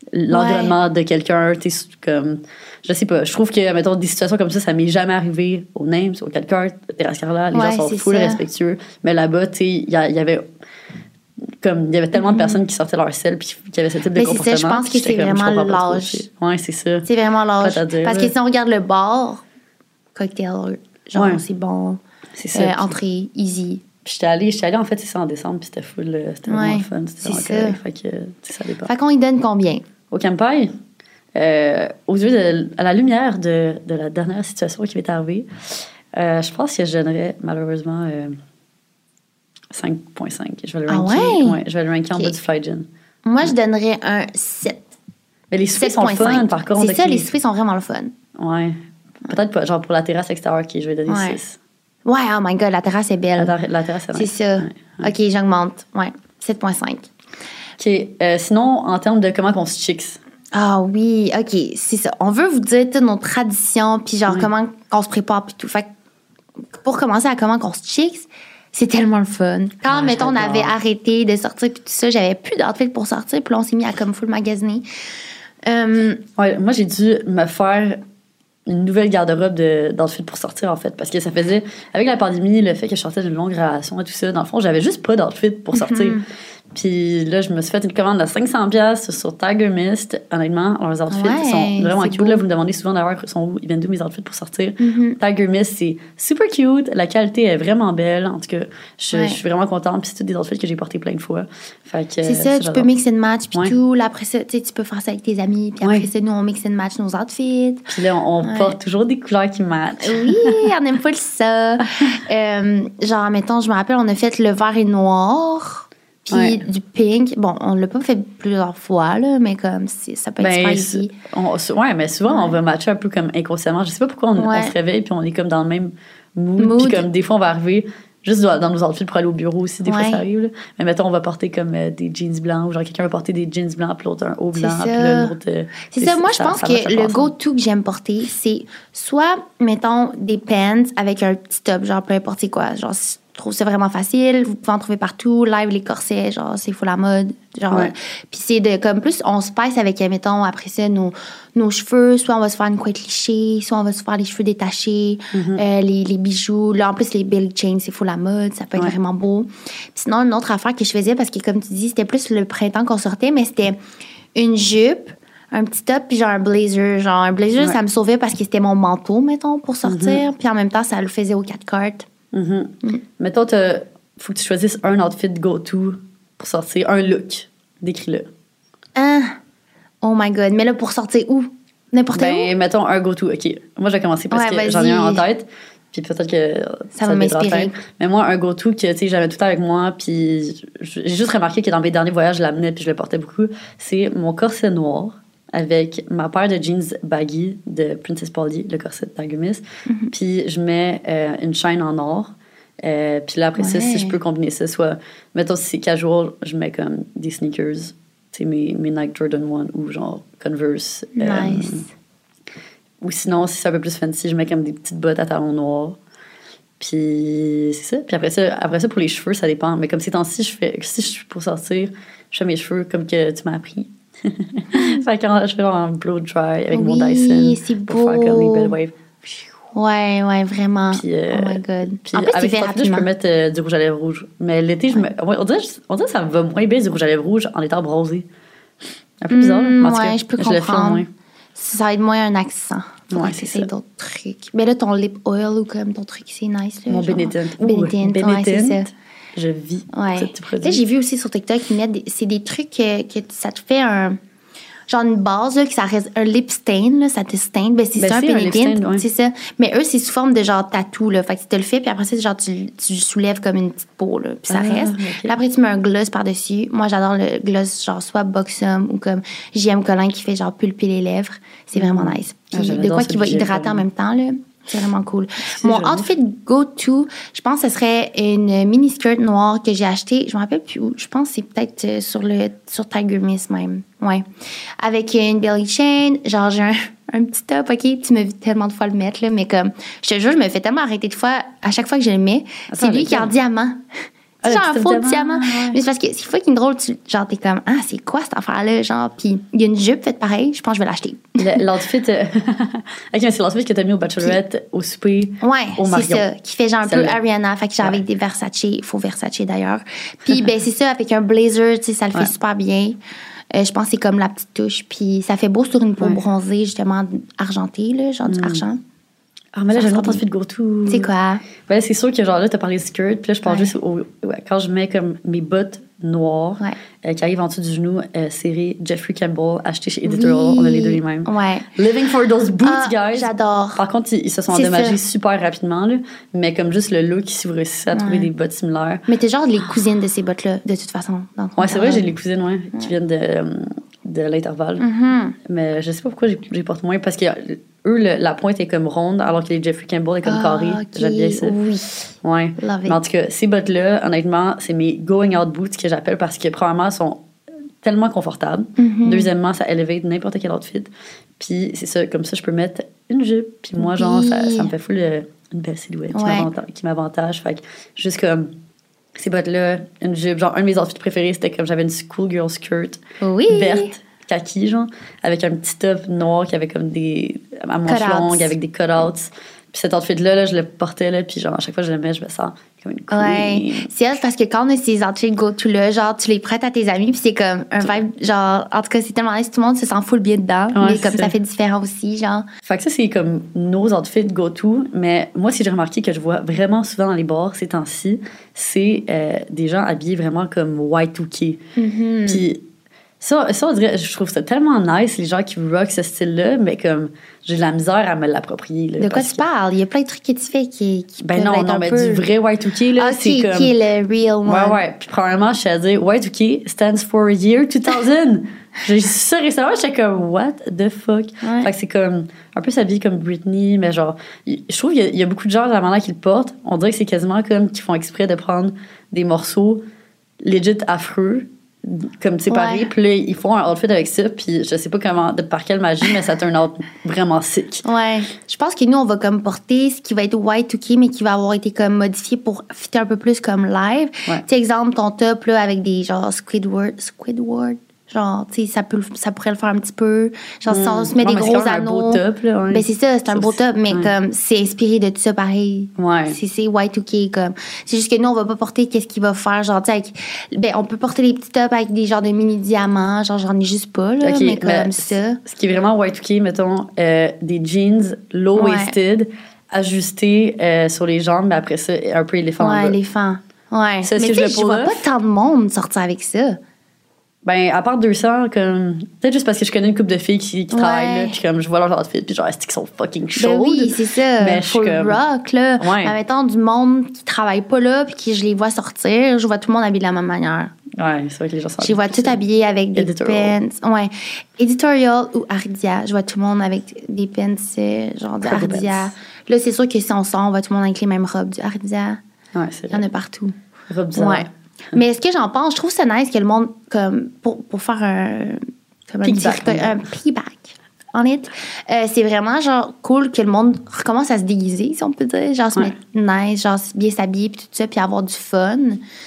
l'environnement Ouais. de quelqu'un, tu sais, comme... Je sais pas, je trouve que, mettons, des situations comme ça, ça m'est jamais arrivé au Names, au Calcart, au Terrasse Carla. Les Ouais, gens sont c'est full ça. respectueux. Mais là-bas, tu sais, il y, a- il y avait... Comme, il y avait tellement de personnes qui sortaient leur sel puis qui avaient ce type de Mais c'est ça, comportement. je pense que puis j'étais c'est comme, je vraiment comprends pas trop, l'âge. tu sais. Ouais, c'est ça. C'est vraiment l'âge. Plate à dire, Parce là. que si on regarde le bar, cocktail, genre, Ouais. c'est bon. C'est ça. Euh, Puis- entrée, easy. Puis j'étais allée, j'étais allée, en fait, c'est ça, en décembre, puis c'était full, euh, c'était Ouais, vraiment fun, c'était c'est vraiment ça. correct. Fait que, tu sais, ça dépend. Fait qu'on y donne combien? Au Campai, euh, aux yeux de, à la lumière de, de la dernière situation qui m'est arrivée, euh, je pense que je donnerais, malheureusement, euh, cinq virgule cinq. Je vais le Ah ranker, ouais? je vais le ranker en Ok. bas du Fly Gin. Moi, je donnerais un sept. Mais les soupers sont sept virgule fun, cinq. par contre. C'est ça, ok. les soupers sont vraiment le fun. Ouais. Peut-être pas, genre pour la terrasse extérieure, ok, je vais donner Ouais. six. Ouais, oh my god, la terrasse est belle. La, la terrasse, C'est nice. ça. Ouais. OK, j'augmente. Ouais, sept virgule cinq. OK. Euh, sinon, en termes de comment on se chicks. Ah oui, OK, c'est ça. On veut vous dire toutes nos traditions, puis genre Ouais. comment on se prépare, puis tout. Fait que pour commencer à comment on se chicks, c'est tellement le fun. Quand, Ouais, mettons, on j'adore. avait arrêté de sortir, puis tout ça, j'avais plus d'outfit pour sortir, puis là, on s'est mis à comme full magasiner. Euh, Ouais, moi, j'ai dû me faire une nouvelle garde-robe de, d'outfit pour sortir, en fait. Parce que ça faisait, avec la pandémie, le fait que je sortais d'une longue relation et tout ça, dans le fond, j'avais juste pas d'outfit pour sortir. Puis là, je me suis fait une commande de cinq cents dollars sur Tiger Mist. Honnêtement, leurs outfits Ouais, sont vraiment c'est cute. beau. Là, vous me demandez souvent d'ailleurs, ils sont où, ils viennent d'où mes outfits pour sortir. Mhm. Tiger Mist, c'est super cute. La qualité est vraiment belle. En tout cas, je, Ouais. je suis vraiment contente. Puis c'est tous des outfits que j'ai portés plein de fois. Fait que, C'est ça, tu j'adore. peux mix and match, puis Ouais. tout. Là, après ça, tu sais, tu peux faire ça avec tes amis, puis après Ouais. ça, nous, on mix and match nos outfits. Puis là, on, on Ouais. porte toujours des couleurs qui matchent. Oui, on aime pas ça. Euh, genre, mettons, je me rappelle, on a fait le vert et noir, puis Ouais. du pink. Bon, on l'a pas fait plusieurs fois, là, mais comme c'est- ça peut être super Ben, easy. on, sou- ouais, mais souvent, on va matcher un peu comme inconsciemment. Je sais pas pourquoi on, Ouais. on se réveille puis on est comme dans le même mood. Mood. Puis comme des fois, on va arriver juste dans, dans nos outfits pour aller au bureau aussi. Des fois, Ouais. ça arrive. Là. Mais mettons, on va porter comme euh, des jeans blancs ou genre quelqu'un va porter des jeans blancs puis l'autre un haut C'est blanc. ça. Puis là, l'autre. euh, C'est ça, moi, je pense ça marche que pas le ensemble. go-to que j'aime porter, c'est soit, mettons, des pants avec un petit top, genre peu importe c'est quoi. Genre, si je trouve ça vraiment facile, vous pouvez en trouver partout. Live, les corsets, genre, c'est fou la mode. Genre, Ouais. puis c'est de, comme plus, on se passe avec, mettons, après ça, nos, nos cheveux. Soit on va se faire une couette lichée, soit on va se faire les cheveux détachés, Mm-hmm. euh, les, les bijoux. Là, en plus, les belly chains, c'est fou la mode. Ça peut être Ouais. vraiment beau. Puis sinon, une autre affaire que je faisais, parce que comme tu dis, c'était plus le printemps qu'on sortait, mais c'était une jupe, un petit top, puis genre un blazer. Genre, un blazer, Ouais. ça me sauvait parce que c'était mon manteau, mettons, pour sortir. Puis en même temps, ça le faisait aux quatre cartes. Mhm. Mettons, t'as- faut que tu choisisses un outfit go-to pour sortir, un look. Décris-le. Ah! Oh my God. Mais là, pour sortir où? N'importe Ben, mettons un go-to. OK. Moi, je vais commencer parce Ouais, que j'en ai un en vas-y. tête. Puis peut-être que Ça va te mettra en m'inspirer. tête. Mais moi, un go-to que, tu sais, j'avais tout le temps avec moi. Puis j'ai juste remarqué que dans mes derniers voyages, je l'amenais puis je le portais beaucoup. C'est mon corset noir avec ma paire de jeans baggy de Princess Polly, le corset de Tiger Mist. Mm-hmm. Puis je mets euh, une chaîne en or. Euh, puis là, après ça, Ouais. si je peux combiner ça, soit, mettons, si c'est casual, je mets comme des sneakers, tu sais, mes, mes Nike Jordan un ou genre Converse. euh, Nice. ou sinon, si c'est un peu plus fancy, je mets comme des petites bottes à talons noirs. Puis c'est ça. Puis après ça, après ça, pour les cheveux, ça dépend. Mais comme ces temps-ci, je fais, si je suis pour sortir, je fais mes cheveux comme que tu m'as appris. Fait que je fais en blow dry avec mon Oui, Dyson. c'est Pour faire comme les beau. belles waves. Ouais, ouais, vraiment. Puis, euh, oh my God. Puis en plus, tu avec fais cet outfit, je rapidement. peux mettre euh, du rouge à lèvres rouge. Mais l'été, je me... ouais, on, dirait, on dirait que ça va moins bien du rouge à lèvres rouge en étant bronzé. Un peu bizarre. Hmm, mais en tout ouais, cas, je peux le fais comprendre. moins. Ça va être moins un accent. Ouais, Ouais, c'est c'est ça. d'autres trucs. Mais là, ton lip oil ou comme ton truc, c'est nice. Là, Mon genre. Benetint. Ouh, Benetint, ouais, c'est ça. Je vis Ouais. ce petit Là, produit. j'ai vu aussi sur TikTok qu'ils mettent des, c'est des trucs que, que ça te fait un genre une base là, que ça reste un lip stain là, ça te stain. Ben c'est Ben, ça un c'est un lip Benetint, stain, ouais. c'est ça. Mais eux c'est sous forme de genre tatou là, fait que tu te le fais puis après ça genre tu, tu soulèves comme une petite peau là, puis ça Ah, reste. ok. Puis après tu mets un gloss par-dessus. Moi j'adore le gloss genre soit Buxom ou comme J M Collin qui fait genre pulper les lèvres, c'est vraiment nice. Ah, Puis de j'adore quoi ce qui va budget, hydrater en vraiment. même temps là. C'est vraiment cool. C'est Mon joli. outfit go-to, je pense que ce serait une mini-skirt noire que j'ai achetée. Je me rappelle plus où. Je pense que c'est peut-être euh, sur le sur Tiger Mist même. Ouais. Avec une belly chain. Genre, j'ai un, un petit top, OK? Tu m'as vu tellement de fois le mettre, là. Mais comme, je te jure, je me fais tellement arrêter de fois. À chaque fois que je le mets, c'est Attends, lui qui est en lequel? diamant. Ah, genre le un faux diamant, diamant. ouais. Mais c'est parce que c'est fucking drôle. Tu, genre, t'es comme, ah, c'est quoi cette affaire-là? Genre, puis il y a une jupe faite pareil. Je pense que je vais l'acheter. Le- L'outfit. euh, ok, mais c'est l'outfit que t'as mis au Bachelorette, au souper, Ouais, au c'est Marion. ça. Qui fait genre un peu Celle-là. Ariana. Fait que j'ai Ouais. avec des Versace, faux Versace d'ailleurs. Puis, ben, c'est ça, avec un blazer, tu sais, ça le fait Ouais. super bien. Euh, je pense que c'est comme la petite touche. Puis, ça fait beau sur une peau Ouais. bronzée, justement, argentée, là, genre du argent. Ah, mais là, Ça j'ai un sera autre bien. outfit go-to. C'est quoi? Ben, c'est sûr que, genre, là, t'as parlé de skirt, puis là, je pense Ouais. juste au. Ouais, quand je mets comme mes bottes noires Ouais. euh, qui arrivent en dessous du genou, euh, série Jeffrey Campbell, acheté chez Editorial. Oui. On a les deux les mêmes. Ouais. Living for those boots, Ah, guys. j'adore. Par contre, ils, ils se sont C'est endommagés ça. super rapidement, là. Mais comme juste le look, si vous réussissez à trouver Ouais. des bottes similaires. Mais t'es genre les cousines de ces bottes-là, de toute façon. dans ton Ouais, c'est vrai, garde. j'ai les cousines, ouais, qui viennent de, euh, de l'intervalle. Mhm. Mais je sais pas pourquoi j'ai j'ai porte moins. Parce que euh, eux, le- la pointe est comme ronde, alors que les Jeffrey Campbell est comme Ah, carrée. ok. J'aime bien ça. Oui. Ouais. Love it. Mais en tout cas, ces bottes-là, honnêtement, c'est mes going out boots que j'appelle parce que, premièrement, elles sont tellement confortables. Mhm. Deuxièmement, ça élève n'importe quel outfit. Puis c'est ça, comme ça, je peux mettre une jupe. Puis moi, genre, Oui. ça, ça me fait full euh, une belle silhouette qui Ouais. m'avanta- qui m'avantage. Fait que juste comme ces bottes-là, une jupe. Genre, un de mes outfits préférés, c'était comme j'avais une schoolgirl skirt Oui. verte, kaki, genre, avec un petit top noir qui avait comme des. à manches Cutouts. longues, avec des cutouts. Puis cet outfit-là, là, je le portais, là, puis genre, à chaque fois que je le mets, je me sens comme une queen. Ouais. C'est elle parce que quand on a ces outfits go-to là, genre, tu les prêtes à tes amis, puis c'est comme un vibe, genre, en tout cas, c'est tellement nice, tout le monde se sent full bien dedans. Ouais, mais c'est comme ça. ça. fait différent aussi, genre. Fait que ça, c'est comme nos outfits go-to. Mais moi, si j'ai remarqué que je vois vraiment souvent dans les bars ces temps-ci, c'est euh, des gens habillés vraiment comme Y deux K. Mm-hmm. Puis ça, ça, on dirait, je trouve ça tellement nice, les gens qui rock ce style-là, mais comme j'ai de la misère à me l'approprier. Là, De quoi parce tu que- parles? Il y a plein de trucs que tu fais qui, qui Ben peuvent non, être non, un mais peu... du vrai Y deux K, là, Ah, c'est qui, comme... qui est le real one. Ouais, ouais. Puis premièrement, je suis à dire Y deux K stands for year deux mille. J'ai su ça récemment, j'étais comme what the fuck. Ouais. Fait que c'est comme un peu s'habiller comme Britney, mais genre, y- je trouve qu'il y, a- il y a beaucoup de gens, de la manière qu'ils le portent, on dirait que c'est quasiment comme qu'ils font exprès de prendre des morceaux legit affreux, comme séparés, Ouais. puis là, ils font un outfit avec ça, puis je sais pas comment, de par quelle magie, mais ça turn out vraiment sick. Ouais. Je pense que nous, on va comme porter ce qui va être Y deux K, mais qui va avoir été comme modifié pour fitter un peu plus comme live. Ouais. Tu sais, exemple, ton top, là, avec des genre Squidward, Squidward, genre, tu sais, ça, peut le- ça pourrait le faire un petit peu. Genre, si on se met Non, des mais c'est gros quand même un anneaux. beau top, là, ouais. Ben, c'est ça, c'est un Ça beau aussi, top, mais ouais. comme, c'est inspiré de tout ça pareil. Ouais. C'est, c'est Y deux K, comme. C'est juste que nous, on va pas porter qu'est-ce qu'il va faire, genre, tu sais, avec, ben, on peut porter des petits tops avec des genres de mini-diamants, genre, j'en ai juste pas, là, Ok, mais comme mais ça. Ce qui est vraiment Y deux K, mettons, euh, des jeans low-waisted, ajustés euh, sur les jambes, mais après ça, un peu éléphant en Ouais, bas. éléphant. Ouais. Ça, mais est-ce tu que sais, je je le vois pull pas off? tant de monde sortir avec ça. Ben, à part deux cents, comme. Peut-être juste parce que je connais une couple de filles qui, qui Ouais. travaillent là, puis comme je vois leur outfit, puis genre, est-ce qu'ils sont fucking Ben chaudes? oui, c'est ça. Mais je suis Full comme- rock, là. Ouais. Mais mettons, du monde qui travaille pas là, puis qui je les vois sortir, je vois tout le monde habillé de la même manière. Ouais, c'est vrai que les gens sont Je les vois tout habillés avec des Editorial. pants. Ouais. Editorial ou Ardia. Je vois tout le monde avec des pants, euh, genre de Cargo Ardia. pants. Là, c'est sûr que si on sort, on voit tout le monde avec les mêmes robes du Ardia. Ouais, c'est Il y en vrai. a partout. Robe bizarre. Ouais. Mais ce que j'en pense, je trouve ça nice que le monde, comme, pour, pour faire un, comme un Piggyback, petit, un piggyback on it, euh, c'est vraiment, genre, cool que le monde recommence à se déguiser, si on peut dire. Genre, se Ouais. mettre nice, genre, bien s'habiller, puis tout ça, puis avoir du fun.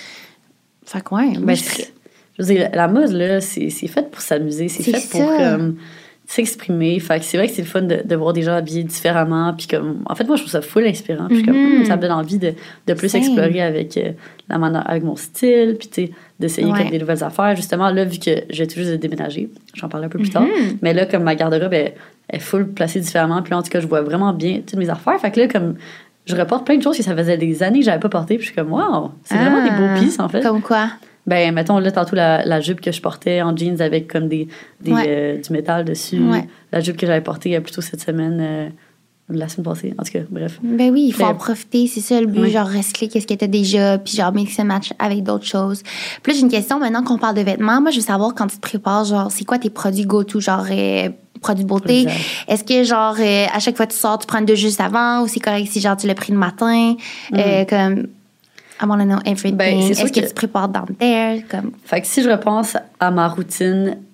Fait que, ouais, moi, Ben, je c'est- serais- je veux dire, la mode, là, c'est c'est fait pour s'amuser, c'est C'est fait pour ça. comme, s'exprimer. Fait que c'est vrai que c'est le fun de, de voir des gens habillés différemment. Puis comme, en fait, moi, je trouve ça full inspirant. Puis je suis comme, Mhm. hum, ça me donne envie de, de plus Same. explorer avec, euh, la manière, avec mon style. Puis tu sais, d'essayer Ouais. comme des nouvelles affaires. Justement, là, vu que j'ai tout juste de déménager, j'en parlerai un peu plus tard. Mhm. Mais là, comme ma garde-robe est, est full placée différemment. Puis là, en tout cas, je vois vraiment bien toutes mes affaires. Fait que là, comme, je reporte plein de choses que ça faisait des années que j'avais pas portées. Puis je suis comme, wow, c'est vraiment des beaux Ah, pieces, en fait. Comme quoi? Ben, mettons, là, tantôt, la, la jupe que je portais en jeans avec comme des, des, Ouais. euh, du métal dessus. Ouais. La jupe que j'avais portée euh, plutôt cette semaine, euh, la semaine passée. En tout cas, bref. Ben oui, il faut Ben, en profiter, c'est ça le but, oui. genre recycler qu'est-ce que t'as déjà, puis genre mix and match avec d'autres choses. Puis là, j'ai une question maintenant qu'on parle de vêtements. Moi, je veux savoir quand tu te prépares, genre, c'est quoi tes produits go-to, genre euh, produits de beauté? Exact. Est-ce que genre euh, à chaque fois que tu sors, tu prends deux juste avant, ou c'est correct si genre tu l'as pris le matin? Euh, comme I wanna know everything. Ben, c'est sûr Est-ce que, que- tu te prépares dans le terre? Comme Fait que si je repense à ma routine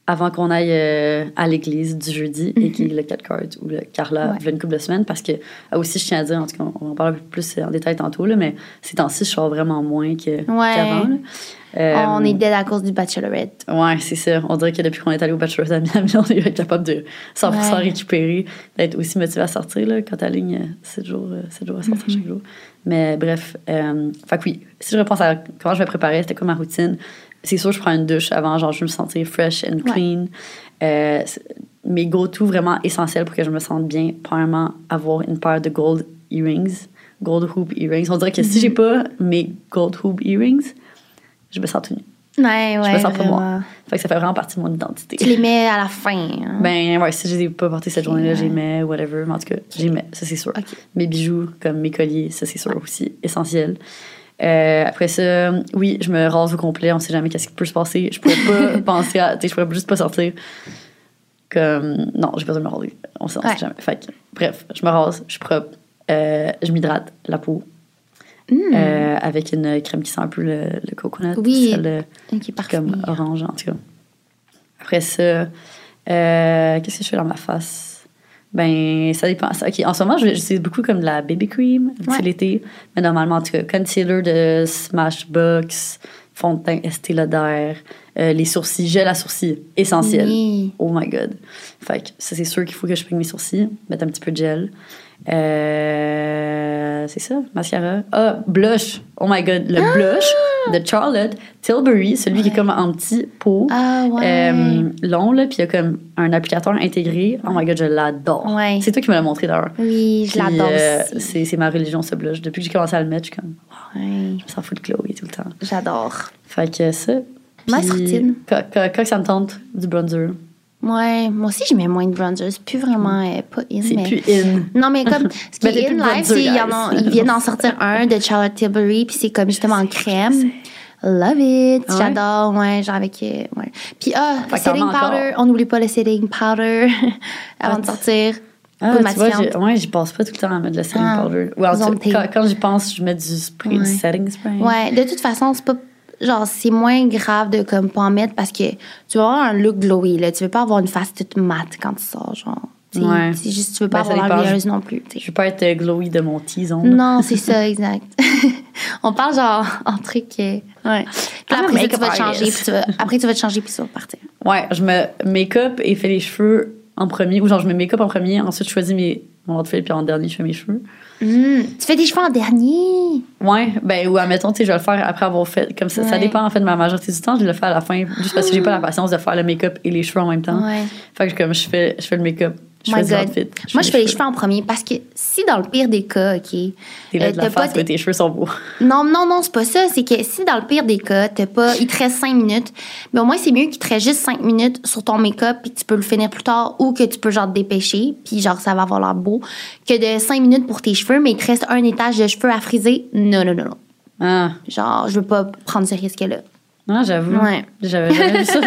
avant qu'on aille euh, à l'église du jeudi, mm-hmm. et qui est le quatre cards ou le Carla, il y a une couple de semaines, parce que ah, aussi, je tiens à dire, en tout cas, on en parle un peu plus en détail tantôt, là, mais ces temps-ci, je sors vraiment moins que, ouais. qu'avant. Là. Euh, on est dead à cause du Bachelorette. Ouais, c'est ça. On dirait que depuis qu'on est allé au Bachelorette à Miami, on est capable de cent pour cent ouais. récupérer, d'être aussi motivé à sortir, là, quand t'alignes sept jours, sept jours à sortir mm-hmm. chaque jour. Mais bref, euh, fait que oui, si je repense à comment je me préparais, c'était quoi ma routine, c'est sûr, je prends une douche avant, genre, je veux me sentir fresh and clean. Ouais. Euh, mes go-to vraiment essentiels pour que je me sente bien, premièrement, avoir une paire de gold earrings, gold hoop earrings. On dirait que mm-hmm. si j'ai pas mes gold hoop earrings, je me sens tout nu. Ouais, ouais. Je me sens pas moi. Fait que ça fait vraiment partie de mon identité. Tu les mets à la fin. Hein? Ben, ouais, si je les ai pas portés cette journée-là, ouais. j'y mets, whatever. Mais en tout cas, j'y mets, ça c'est sûr. Okay. Mes bijoux, comme mes colliers, ça c'est sûr ouais. aussi, essentiel. Euh, après ça, oui, je me rase au complet. On sait jamais qu'est-ce qui peut se passer. Je pourrais pas penser à. Tu sais, je pourrais juste pas sortir. Comme. Non, j'ai pas besoin de me raser. On sait, on ouais. sait jamais. Fait que, bref, je me rase, je suis propre. Euh, je m'hydrate la peau. Mm. Euh, avec une crème qui sent un peu le, le coconut. Oui. Celle qui est comme orange, en tout cas. Après ça, euh, qu'est-ce que je fais dans ma face? Ben, ça dépend. OK, en ce moment, j'utilise beaucoup comme de la baby cream, ouais. c'est l'été. Mais normalement, en tout cas, concealer de Smashbox, fond de teint Estée Lauder, euh, les sourcils, gel à sourcils, essentiel. Oui. Oh my God. Fait que ça, c'est sûr qu'il faut que je prenne mes sourcils, mettre un petit peu de gel. Euh, c'est ça, mascara. Ah, blush. Oh my God, le ah! blush de Charlotte Tilbury, celui ouais. qui est comme en petit pot, ah, ouais. euh, long, là, puis il y a comme un applicateur intégré. Oh my God, je l'adore. Ouais. C'est toi qui me l'as montré d'ailleurs. Oui, je puis, l'adore euh, aussi. C'est, c'est ma religion, ce blush. Depuis que j'ai commencé à le mettre, je suis comme, wow, ouais. je me sens fou de Chloé tout le temps. J'adore. Fait que ça. Ma routine. Quand, quand, quand ça me tente, du bronzer. Ouais, moi aussi, je mets moins de bronzer. C'est plus vraiment euh, pas in. C'est mais... plus in. Non, mais comme, ce qui est in live, c'est qu'ils il viennent d'en sortir un de Charlotte Tilbury, puis c'est comme justement en crème. Love it. Ah ouais? J'adore, ouais, genre avec. Euh, ouais. Puis, ah, le setting powder. Encore. On n'oublie pas le setting powder avant What? de sortir. Ah, tu vois, j'ai, ouais, j'y pense pas tout le temps à mettre le setting ah, powder. Ouais, quand, quand j'y pense, je mets du spray, ouais. du setting spray. Ouais, de toute façon, c'est pas. Genre, c'est moins grave de comme pas en mettre parce que tu vas avoir un look glowy, là. Tu veux pas avoir une face toute mate quand tu sors, genre. Ouais. C'est juste, tu veux pas ben, avoir l'air rieuse non plus. T'sais. Je veux pas être glowy de mon T-zone. Non, c'est ça, exact. On parle genre en truc. Euh, ouais. Puis là, après, ça, tu vas te changer, puis tu vas, après, tu vas te changer, puis ça va partir. Ouais, je me make-up et fais les cheveux en premier. Ou genre, je mets make-up en premier, ensuite, je choisis mes, mon outfit, puis en dernier, je fais mes cheveux. Mmh. Tu fais des cheveux en dernier? Ouais, ben, ou admettons, tu sais, je vais le faire après avoir fait. Comme ça, ouais. ça dépend en fait de ma majorité du temps, je le fais à la fin, juste parce que j'ai pas la patience de faire le make-up et les cheveux en même temps. Ouais. Fait que comme je fais, je fais le make-up. Je My fais God. l'outfit. Je Moi, fais je fais les cheveux en premier parce que si dans le pire des cas, OK. T'es là euh, de la face, mais tes cheveux sont beaux. Non, non, non, c'est pas ça. C'est que si dans le pire des cas, t'as pas, il te reste cinq minutes, mais au moins, c'est mieux qu'il te reste juste cinq minutes sur ton make-up puis tu peux le finir plus tard ou que tu peux genre te dépêcher puis genre ça va avoir l'air beau que de cinq minutes pour tes cheveux, mais il te reste un étage de cheveux à friser. Non, non, non, non. Ah. Genre, je veux pas prendre ce risque-là. Non, j'avoue. Ouais. J'avais jamais vu ça.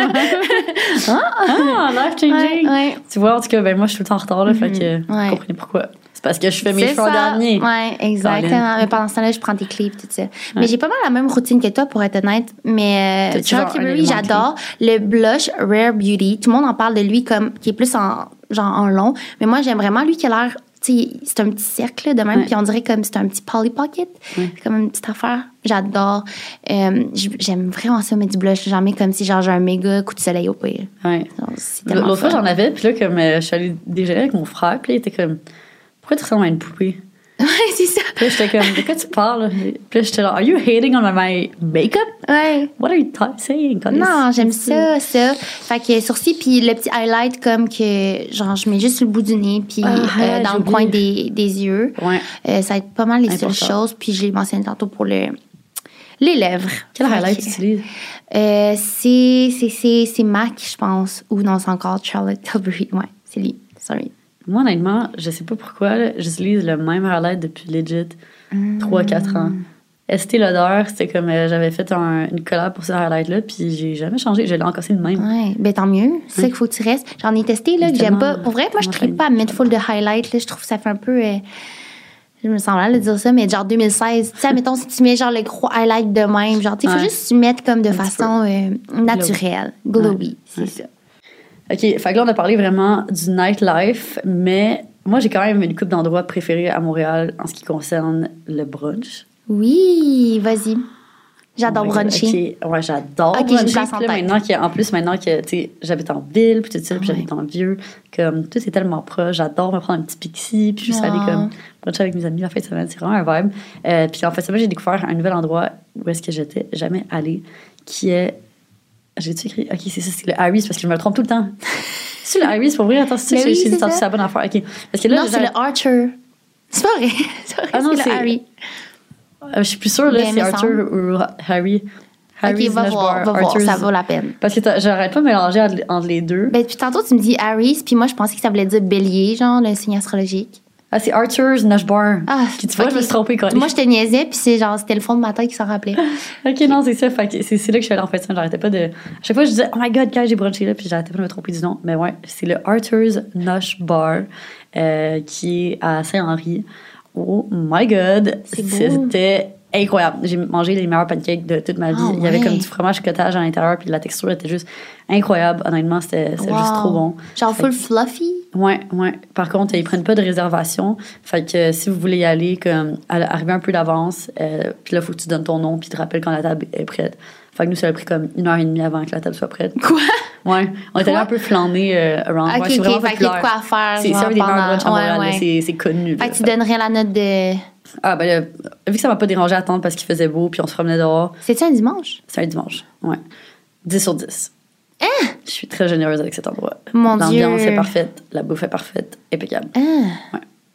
ah, ah life changing. Ouais, ouais. Tu vois, en tout cas, ben moi, je suis tout le temps en retard, là, mm-hmm. fait que ouais. vous comprenez pourquoi. C'est parce que je fais mes c'est cheveux en dernier. Oui, exactement. Mais pendant ce temps-là, je prends tes clips, tout ça. Ouais. Mais j'ai pas mal la même routine que toi, pour être honnête. Mais euh, Charlotte Tilbury, j'adore. Le blush Rare Beauty, tout le monde en parle de lui comme qui est plus en, genre, en long. Mais moi, j'aime vraiment lui qui a l'air. T'sais, c'est un petit cercle de même, ouais. puis on dirait comme c'est un petit Polly Pocket. Ouais. C'est comme une petite affaire. J'adore. Euh, j'aime vraiment ça, mettre du blush. J'en mets comme si genre, j'ai un méga coup de soleil au pire. Ouais. Donc, l'autre fois, j'en avais, puis là, comme euh, je suis allée déjeuner avec mon frère, puis il était comme, pourquoi tu ressembles à une poupée? Ouais, c'est ça. Puis là, j'étais comme, de quoi tu parles? Puis là, j'étais là, are you hating on my makeup? Ouais. What are you t- saying? Quand non, j'aime ça, ça. Fait que sourcils, puis le petit highlight, comme que, genre, je mets juste sur le bout du nez, puis ah, euh, dans le coin des, des yeux. Ouais. Euh, ça va être pas mal les seules choses, puis je l'ai mentionné tantôt pour le, les lèvres. Quel fait highlight tu utilises? Euh, c'est, c'est, c'est, c'est MAC, je pense. Ou non, c'est encore Charlotte Tilbury. Ouais, c'est lui. Sorry. Moi, honnêtement, je sais pas pourquoi, là, j'utilise le même highlight depuis legit mm. trois à quatre ans. Estée Lauder, c'était comme euh, j'avais fait un, une collab pour ce highlight-là, puis j'ai jamais changé. Je l'ai encore de même. Ouais, ben tant mieux. C'est ça qu'il faut que tu restes. J'en ai testé, là, que j'aime pas. Pour vrai, moi, je ne tripe pas à mettre full de highlight. Là, je trouve que ça fait un peu. Euh, je me sens mal de dire ça, mais genre deux mille seize. Tu sais, mettons, si tu mets genre le gros highlight de même, genre, tu sais, il faut ouais. juste tu mettre comme de un façon euh, naturelle. Glowy, ouais. c'est ouais. ça. OK, fait que là, on a parlé vraiment du nightlife, mais moi, j'ai quand même une couple d'endroits préférés à Montréal en ce qui concerne le brunch. Oui, vas-y. J'adore Oh my God, bruncher. OK, ouais, j'adore OK, j'ai une bruncher. place en Puis là, tête. maintenant que, en plus, maintenant que, tu sais, j'habite en ville, puis tout ça, puis Ouais. j'habite dans le vieux, comme, tout est tellement proche. J'adore me prendre un petit pixie, puis juste Wow. aller, comme, bruncher avec mes amis la fin de semaine. C'est vraiment un vibe. Euh, puis en fait, ça, j'ai découvert un nouvel endroit où est-ce que j'étais jamais allée, qui est... J'ai-tu écrit? OK, c'est ça, c'est le Harry's, parce que je me trompe tout le temps. C'est le Harry's, pour vrai? Attends, c'est ça, Mais j'ai oui, dit c'est ça. c'est la bonne affaire. OK. Parce que là, Non, j'ai- c'est le Archer. C'est pas vrai. C'est pas vrai, Ah non, c'est c'est- le Harry. euh, je suis plus sûre, là, Mais c'est me Arthur ou Harry. OK, Harry's va Nash voir, Bar, va voir, Arthur's. ça vaut la peine. Parce que t'as- j'arrête pas de mélanger entre- entre les deux. Ben, puis tantôt, tu me dis Harry's, puis moi, je pensais que ça voulait dire bélier, genre, le signe astrologique. Ah, c'est Arthur's Nash Bar. Ah, Qui, tu vois, ok. je me suis trompée quand Moi, je te niaisais, puis c'est genre, c'était le fond de ma tête qui s'en rappelait. Ok, non, c'est ça. Fait que c'est c'est là que je suis allée en fait. J'arrêtais pas de. À chaque fois, je disais, oh my god, quand j'ai brunché là, puis j'arrêtais pas de me tromper du nom. Mais ouais, c'est le Arthur's Nash Bar euh, qui est à Saint-Henri. Oh my god. C'est beau. C'était incroyable. J'ai mangé les meilleurs pancakes de toute ma vie. Ah Il y avait ouais. comme du fromage cottage à l'intérieur, puis la texture était juste incroyable. Honnêtement, c'était c'était Wow. juste trop bon. Genre Fait full que- fluffy. Ouais, ouais. Par contre, ils prennent pas de réservation. Fait que euh, si vous voulez y aller, comme, à- arriver un peu d'avance, euh, puis là, il faut que tu donnes ton nom, puis tu te rappelles quand la table est prête. Fait que nous, ça a pris comme une heure et demie avant que la table soit prête. Quoi? Ouais. On était Quoi? là un peu flânés euh, around. Ok, ouais, c'est ok, vraiment fait qu'il y a de populaire. quoi à faire. C'est genre, ça, des meilleurs pendant- brunchs à Montréal, ouais, là, ouais. c'est c'est connu. Fait là. que tu donnerais la note de. Ah, ben là, vu que ça m'a pas dérangé à attendre parce qu'il faisait beau, puis on se promenait dehors, C'est-tu un dimanche? c'est un dimanche. Ouais. dix sur dix. Hein? Je suis très généreuse avec cet endroit. Mon L'ambiance Dieu. est parfaite, la bouffe est parfaite, impeccable. Ah. Ouais.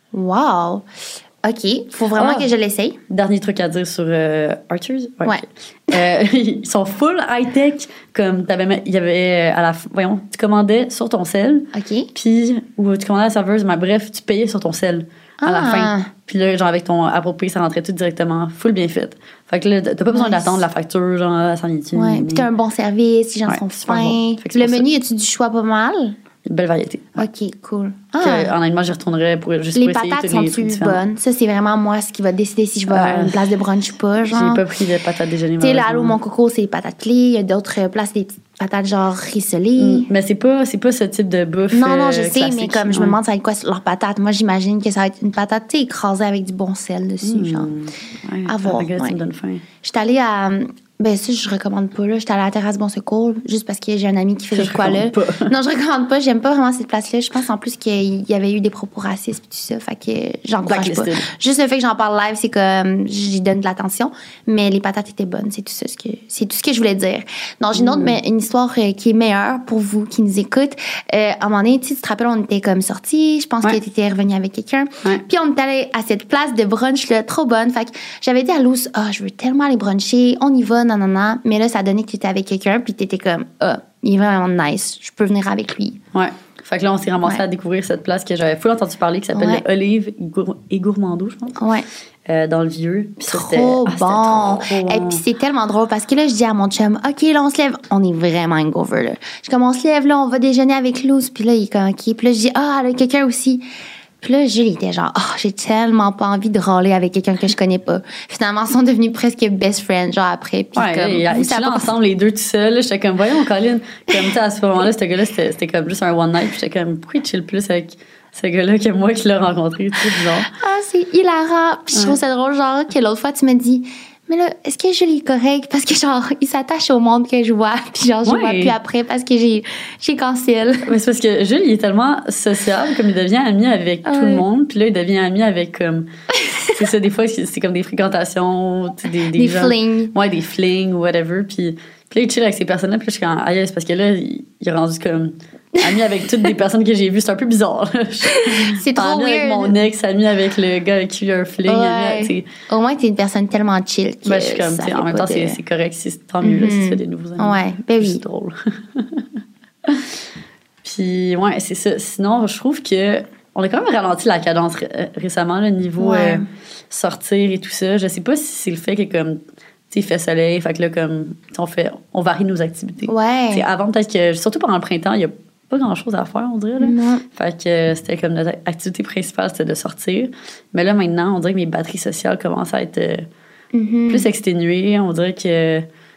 Wow. OK. Faut vraiment Ah. que je l'essaye. Dernier truc à dire sur euh, Arthur's. Ouais. ok. Euh, ils sont full high-tech. Comme t'avais, il y avait à la fin- voyons, tu commandais sur ton sel, OK. puis ou tu commandais à la serveuse, mais bref, tu payais sur ton sel à la Ah. fin. Puis là, genre avec ton Apple Pay, ça rentrait tout directement, full bien fait. Fait que là, t'as pas besoin Nice. d'attendre la facture, genre, ça vient-tu. Ouais. Puis t'as un bon service, les gens Ouais, sont super fins. bon. Fait que c'est Le pour ça. menu, as-tu du choix pas mal? Une belle variété. OK, cool. Que, Ah. honnêtement, j'y retournerais pour juste Les pour essayer patates tous les trucs sont-tu différents. bonnes? Ça, c'est vraiment moi ce qui va décider si je vais à Euh, une place de brunch ou pas. J'ai Genre. pas pris de patates déjeuner. Tu sais, là, malheureusement. Allô, mon coco, c'est les patates clés. Il y a d'autres euh, places, des petites patates genre rissolées. Mm, Mais c'est pas, c'est pas ce type de bouffe. Non, non, je euh, sais, mais classique. comme je me Ouais. demande ça va être quoi sur leurs patates. Moi, j'imagine que ça va être une patate, tu sais, écrasée avec du bon sel dessus, genre. Mm. Ouais, À voir, oh my God, ouais. ça me donne faim. J'étais allée à. Ben, ça, je recommande pas, là. J'étais allée à la terrasse Bon Secours, juste parce que j'ai un ami qui faisait Je quoi, là. recommande pas. Non, je recommande pas. J'aime pas vraiment cette place-là. Je pense en plus qu'il y avait eu des propos racistes et tout ça. Fait que j'encourage pas. Blacklisted. Juste le fait que j'en parle live, c'est comme. J'y donne de l'attention. Mais les patates étaient bonnes. C'est tout ça, ce que, c'est tout ce que je voulais dire. Non, j'ai une autre, mais une histoire euh, qui est meilleure pour vous qui nous écoutent. Euh, à un moment donné, tu sais, tu te rappelles, on était comme sortis. Je pense Ouais. que tu étais revenu avec quelqu'un. Ouais. Puis on est allé à cette place de brunch là, trop bonne. Fait que j'avais dit à Luce, ah, je veux tellement aller bruncher, on y va, nanana. Mais là, ça donnait que tu étais avec quelqu'un, puis tu étais comme, ah, il est vraiment nice, je peux venir avec lui. Ouais. Fait que là, on s'est ramassé Ouais. à découvrir cette place que j'avais full entendu parler, qui s'appelle Ouais. le Olive Gour- et Gourmando, je pense, Ouais. euh, dans le vieux. Puis ça, c'était- Trop ah, c'était bon. trop bon. Et puis c'est tellement drôle parce que là, je dis à mon chum, OK, là, on se lève. On est vraiment hangover, là. Je comme, on se lève, là, on va déjeuner avec Luz. Puis là, il est comme, OK. Puis là, je dis, ah, là, quelqu'un aussi. Puis là, Jules était genre, oh, j'ai tellement pas envie de râler avec quelqu'un que je connais pas. Finalement, ils sont devenus presque best friends, genre après. Puis Ouais, comme, ils vous, ils ça a chillaient pas- ensemble, les deux tout seuls. J'étais comme, voyons, Colin. Comme, tu sais, à ce moment-là, ce gars-là, c'était c'était comme juste un one night. Puis j'étais comme, pourquoi il chill plus avec ce gars-là que moi qui l'ai rencontré, tu sais, bizarre. Ah, c'est hilarant. Puis je trouve ça drôle, genre, que l'autre fois, tu m'as dit, mais là, est-ce que Julie est correct? Parce que, genre, il s'attache au monde que je vois. Puis, genre, je Ouais. vois plus après parce que j'ai, j'ai cancel. Mais c'est parce que Jules, il est tellement sociable, comme il devient ami avec tout Ouais. le monde. Puis là, il devient ami avec, comme. C'est ça, des fois, c'est c'est comme des fréquentations, tu sais, des, des, Des gens- flings. Ouais, des flings ou whatever. Puis, puis là, il chill avec ces personnes-là. Puis là, je suis comme, ah, yes, parce que là, il, il est rendu comme ami avec toutes des personnes que j'ai vues. C'est un peu bizarre. là. C'est trop Ami avec weird. mon ex, ami avec le gars avec qui il y a un fling. ami Ouais. avec, tu sais. Au moins, t'es une personne tellement chill que Ben, je suis comme, ça tu sais, fait en même pas temps, de- c'est c'est correct. C'est tant mieux là, si tu fais des nouveaux amis. Ouais, ben oui. C'est drôle. Puis, ouais, c'est ça. Sinon, je trouve que on a quand même ralenti la cadence ré- euh, récemment, le niveau Ouais. euh, sortir et tout ça. Je sais pas si c'est le fait que, comme, tu sais, il fait soleil, fait que là, comme, tu sais, on fait, on varie nos activités. Ouais. Tu sais, avant, peut-être que, surtout pendant le printemps, il y a pas grand-chose à faire, on dirait, là. Non. Fait que euh, c'était comme notre activité principale, c'était de sortir. Mais là, maintenant, on dirait que mes batteries sociales commencent à être euh, Mhm. plus exténuées. On dirait que, tu